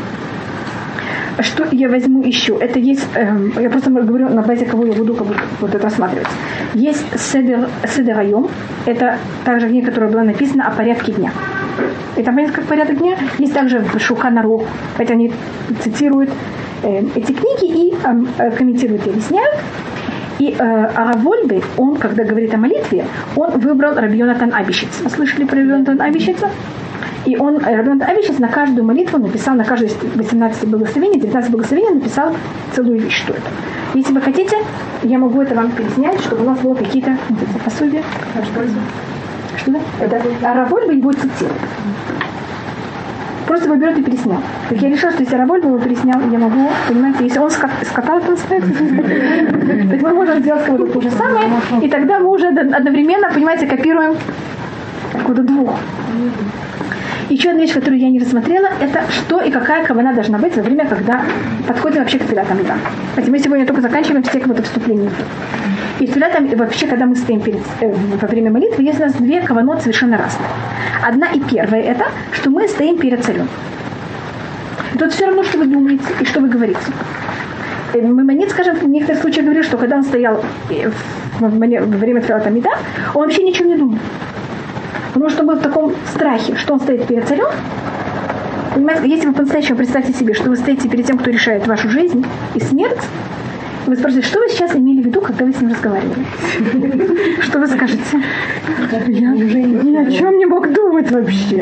Что я возьму еще? Это есть, я просто говорю на базе кого я буду вот это рассматривать. Есть Седер Айом, это также книга, которая была написана о порядке дня. Это понятно, как порядок дня. Есть также Шулхан Арух, хотя они цитируют эти книги и комментируют и объясняют. И Рав Вольбе, он, когда говорит о молитве, он выбрал Раби Йонатан Абишиц. Вы слышали про Раби Йонатан Абишица? И он, Раби Йонатан Абишиц, на каждую молитву написал, на каждое 18 благословений, 19 благословений написал целую вещь, что это. Если вы хотите, я могу это вам переснять, чтобы у нас было какие-то пособия. Что это? Это Рав Вольбе его цитирует. Просто его берет и переснял. Так я решила, что если Рав Вольбе его переснял, я могу, понимаете, если он скатал это так мы можем сделать кого-то то же самое, и тогда мы уже одновременно, понимаете, копируем куда 2. Еще одна вещь, которую я не рассмотрела, это что и какая кавана должна быть во время, когда подходим вообще к Тфилат Амида. Мы сегодня только заканчиваем все как-то вступление. И Тфилат Амида, вообще, когда мы стоим во время молитвы, есть у нас 2 каванот совершенно разные. Одна и первая это, что мы стоим перед царем. И тут все равно, что вы думаете и что вы говорите. Маймонид, скажем, в некоторых случаях говорил, что когда он стоял во время Тфилат Амида, он вообще ничего не думал. Потому что он был в таком страхе, что он стоит перед царем. Понимаете, если вы по-настоящему представьте себе, что вы стоите перед тем, кто решает вашу жизнь и смерть, и вы спросите, что вы сейчас имели в виду, когда вы с ним разговаривали? Что вы скажете? Я уже ни о чем не мог думать вообще.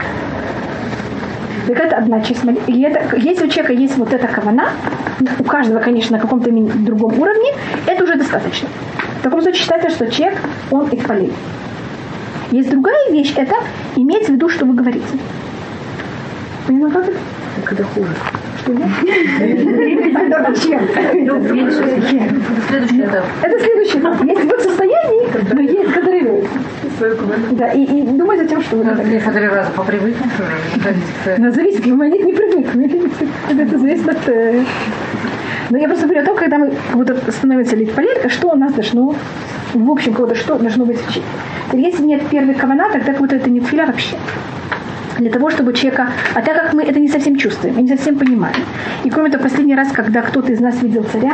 Так это одна часть молитвы. Если у человека есть вот эта кавана, у каждого, конечно, на каком-то другом уровне, это уже достаточно. В таком случае считается, что человек, он икпалей. Есть другая вещь, это иметь в виду, что вы говорите. Понимаете, как это? Когда хуже. Это зачем? Следующий этап. Это следующий этап. Есть вы в состоянии, но есть кадры. Да, и думать о том, что вы так. Некоторые разы по привычке. Но зависит, но не привык. Это зависит от... Но я просто говорю о том, когда мы вот становимся литпалель, что у нас должно, в общем, кого-то что должно быть в чьи. Если нет первой кавана, тогда вот это не тфиля вообще. Для того, чтобы человека... А так как мы это не совсем чувствуем, мы не совсем понимаем. И кроме того, последний раз, когда кто-то из нас видел царя,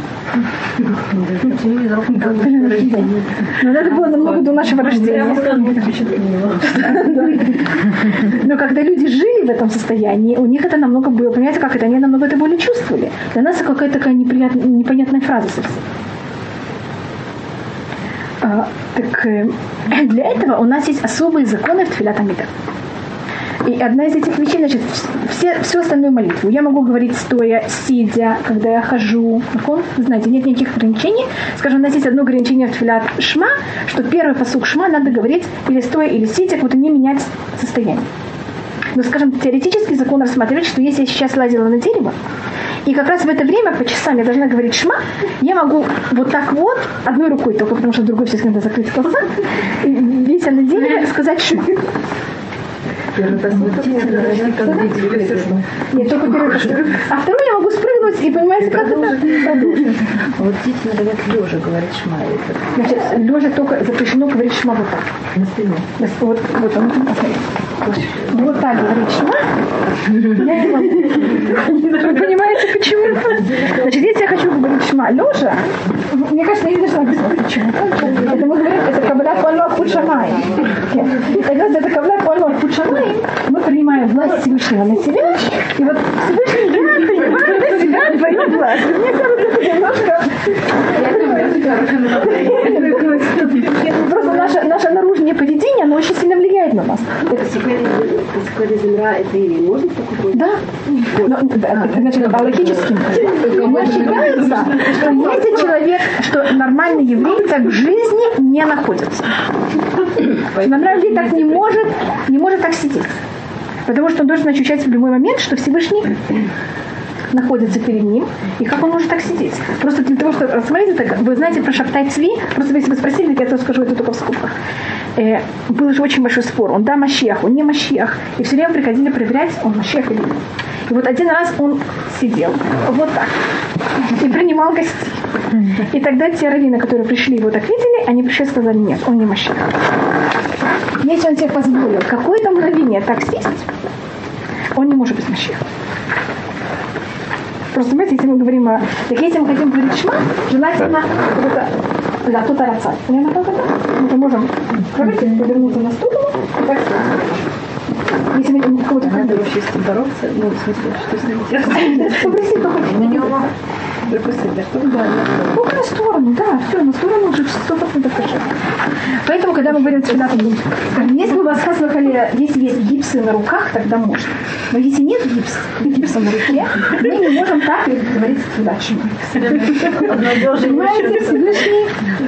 но это было намного до нашего рождения. Но когда люди жили в этом состоянии, у них это намного было, понимаете, как это? Они намного это более чувствовали. Для нас это какая-то такая непонятная фраза совсем. Так для этого у нас есть особые законы в Тфилат Амида. И одна из этих вещей, значит, всю остальную молитву я могу говорить стоя, сидя, когда я хожу. Вы знаете, нет никаких ограничений. Скажем, у нас есть одно ограничение в Тфилат Шма, что первый пасук Шма надо говорить или стоя, или сидя, как будто не менять состояние. Но, скажем, теоретический закон рассматривает, что если я сейчас лазила на дерево, и как раз в это время по часам я должна говорить Шма, я могу вот так вот, одной рукой только, потому что другой все надо закрыть глаза, вися на дереве, сказать Шма. Нет, только первый раз. А второй я могу спрыгнуть и, понимаете, как это продолжить. Вот дети надо лежа говорить Шма. Значит, лежа только запрещено говорить Шма вот так. На спине. Вот он, посмотрите. Вот так говорить Шма. Я не могу. Вы понимаете, почему? Значит, если я хочу говорить Шма лежа, мне кажется, я не должна объяснять, почему. Это мы говорим, это каббала пальма худ шамай. Это каббала пальма худ шамай. Мы принимаем власть Всевышнего на себя, и вот Всевышний я принимаю на себя твою власть. Мне кажется, это немножко... Просто наше наружное поведение, оно очень сильно влияет на нас. Это земля, это и может такое? Да. Значит, логически. Но считается, что если человек, что нормальный еврей, так в жизни не находится. Нормальный еврей так не может так сидеть. Потому что он должен ощущать в любой момент, что Всевышний находится перед ним, и как он может так сидеть? Просто для того, что... Смотрите, так, вы знаете про Шабтай Цви? Просто если вы спросили, так я скажу это только в скобках. Был же очень большой спор. Он да Машиах, он не Машиах. И все время приходили проверять, он Машиах или нет. И вот один раз он сидел вот так и принимал гостей. И тогда те раввины, которые пришли, его так видели, они пришли и сказали, нет, он не Машиах. Если он себе позволил какое-то мгновение так сесть, он не может быть Машиахом. Просто, понимаете, если мы говорим о... Так если мы хотим говорить Шма, желательно кто-то рацать. Понятно, как это? Мы можем повернуться на сторону и так сказать. Если мы кого-то... Надо вообще с ним бороться, ну, в смысле, что с ним делать? Попроси, кто хочет. На него. Да. Ну, на сторону, да, все, на сторону уже 100% кошер. Поэтому, когда мы говорим всегда, если у вас, если есть гипсы на руках, тогда можно. Но если нет гипса на руке, мы не можем так говорить всегда. Понимаете, Всевышний,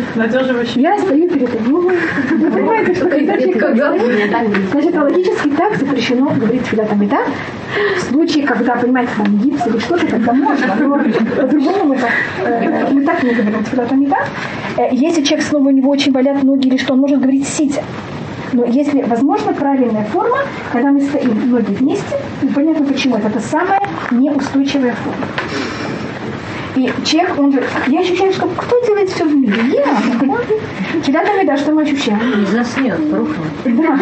я стою перед ним. Вы понимаете, что когда человек говорит, значит, логически так запрещено говорить Тфилат Амида. В случае, когда, понимаете, там гипс или что-то, тогда можно. По-другому мы так не говорим Тфилат Амида. Если человек снова у него очень болят ноги или что, он может говорить сидя. Но если возможно правильная форма, когда мы стоим ноги вместе, понятно почему. Это самая неустойчивая форма. И человек, он говорит, я ощущаю, что кто делает все в мире? Я. Тфилат Амида, что мы ощущаем? Не заснет, рухнет. Да.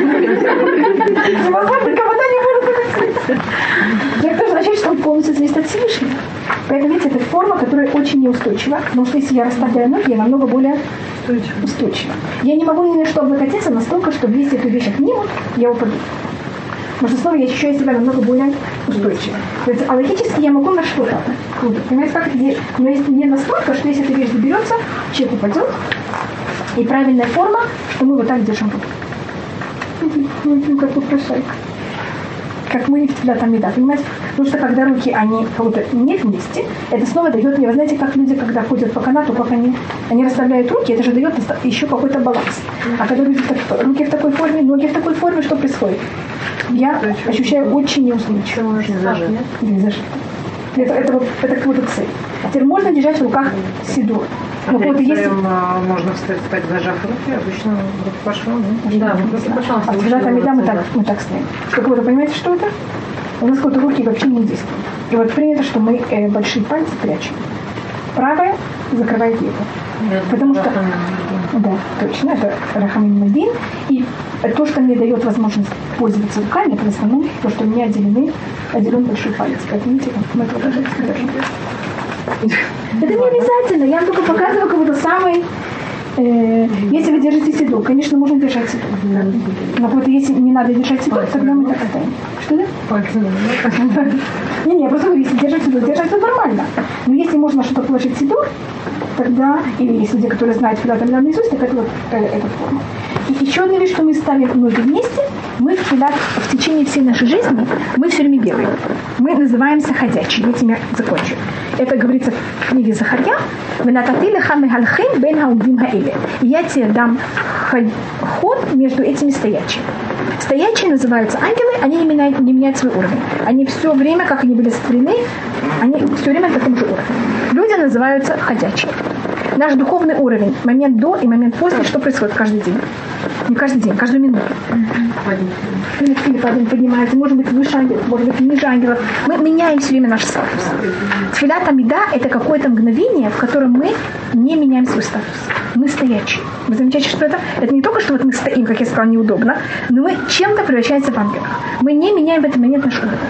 Вода не может быть. Это тоже означает, что он полностью зависит от Всевышнего. Поэтому, видите, это форма, которая очень неустойчива. Потому что если я расставляю ноги, я намного более устойчива. Я не могу ни на что облокотиться настолько, чтобы если эту вещь отнимут, я упаду. Потому что снова я ощущаю себя намного более устойчиво. А логически я могу на что-то. Понимаете, как здесь? Но если не настолько, что если эта вещь заберется, человек упадет. И правильная форма, что мы вот так держим руку. Ну, как попрошайка. Как мы в Тфилат Амида, понимаете? Потому что когда руки, они как-то не вместе, это снова дает мне, вы знаете, как люди, когда ходят по канату, как они расставляют руки, это же дает еще какой-то баланс. А когда люди руки в такой форме, ноги в такой форме, что происходит? Я ощущаю очень неустойчиво. Зажим. Это какая-то цель. А теперь можно держать в руках сидур. Но вот если можно встать, зажав руки, обычно руки по швам, да, руки по швам. А Тфилат Амида мы так стоим. Как вы понимаете, что это? У нас какие-то руки вообще не действуют. И вот принято, что мы большие пальцы прячем. Правая закрывает левую. Потому что, да, точно, это Рахамин Мадин. И то, что мне дает возможность пользоваться руками, это в основном то, что у меня отделен большой палец. Как видите, мы это даже это не обязательно. Я только показываю какой-то самый... если вы держите сидур, конечно, можно держать сидур. Но вот если не надо держать сидур, тогда мы так оставим. Что да? Не, просто говорю, если держать сидур нормально. Но если можно что-то положить сидур, тогда, или есть люди, которые знают Тфилат Амида наизусть, так это вот эта форма. И еще одна вещь, что мы ставим ноги вместе, мы в течение всей нашей жизни, мы все время делаем. Мы называемся ходячие. Этим я закончу. Это говорится в книге Захарья. И я тебе дам ход между этими стоячими. Стоячие называются ангелы, они не меняют свой уровень. Они все время, как они были сотворены, они все время на таком же уровне. Люди называются ходячие. Наш духовный уровень, момент до и момент после, что происходит каждый день? Не каждый день, каждую минуту. Или падаем, поднимается, может быть выше ангелов, может быть ниже ангелов. Мы меняем все время наш статус. Тфилат Амида – это какое-то мгновение, в котором мы не меняем свой статус. Мы стоячие. Вы замечаете, что это? Это не только, что вот мы стоим, как я сказала, неудобно, но мы чем-то превращаемся в ангелов. Мы не меняем в этот момент наш уровень.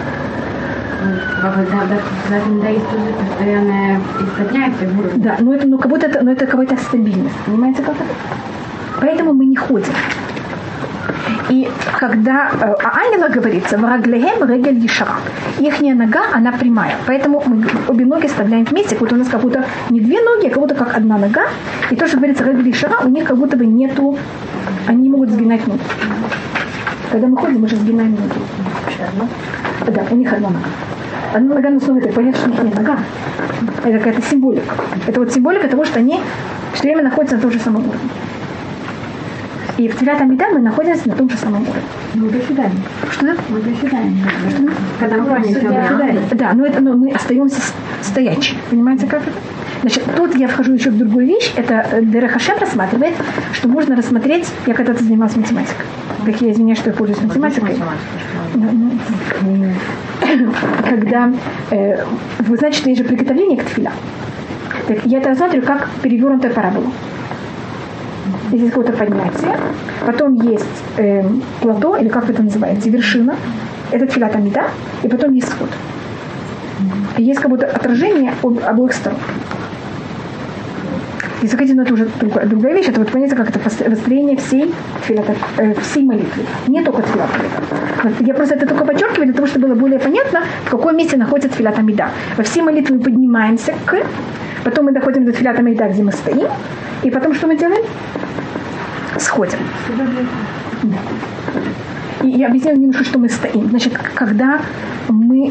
Да, но это какая-то стабильность. Понимаете, как это? Поэтому мы не ходим. И когда о ангелах говорится, «Вараглехем регель ешара», ихняя нога, она прямая. Поэтому мы обе ноги вставляем вместе, как будто у нас как будто не две ноги, а как будто как одна нога. И то, что говорится регель ешара, у них как будто бы нету, они не могут сгинать ноги. Когда мы ходим, мы же сгинаем ноги. Да, у них одна нога. Одна нога на основе, это понятно, что у них нет нога. Это какая-то символика. Это вот символика того, что они все время находятся на том же самом уровне. И в Тфилат Амида мы находимся на том же самом уровне. Мы приседаем. Что да? Мы приседаем. Когда мы приседаем. Да, но мы остаемся стоячими. Понимаете, как это? Значит, тут я вхожу еще в другую вещь. Это Дерех Хашем рассматривает, что можно рассмотреть, я когда-то занималась математикой. Так я извиняюсь, что я пользуюсь математикой. Когда, вы знаете, что есть же приготовление к тфиля. Так я это рассматриваю как перевернутая парабола. Здесь какое-то поднятие, потом есть плато, или как это называется, вершина, это Тфилат Амида, и потом есть сход. И есть как будто отражение обоих сторон. Если хотите, но это уже другая вещь, это вот понимаете, как это построение всей молитвы. Не только Тфилат Амида. Я просто это только подчеркиваю для того, чтобы было более понятно, в каком месте находится Тфилат Амида. Во всей молитве мы поднимаемся потом мы доходим до Тфилат Амида, где мы стоим, и потом что мы делаем? Сходим. И я объясняю немножко, что мы стоим. Значит, когда мы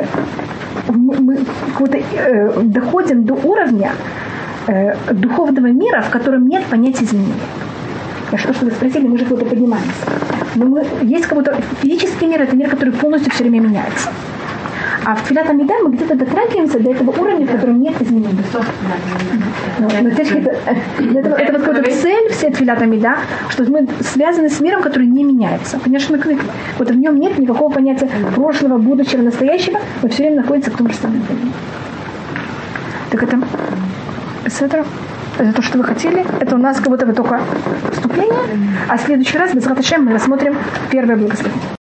доходим до уровня духовного мира, в котором нет понятия изменения. Что вы спросили, мы же куда-то поднимаемся. Но есть какой-то физический мир, это мир, который полностью все время меняется. А в Тфилат Амида мы где-то дотрагиваемся до этого уровня, в котором нет изменений. Это вот какая-то цель всей Тфилат Амида, что мы связаны с миром, который не меняется. Конечно, вот в нем нет никакого понятия прошлого, будущего, настоящего, мы все время находимся в том же самом уровне. Так это то, что вы хотели. Это у нас как будто бы только вступление. А в следующий раз, без Раташем, мы рассмотрим первое благословение.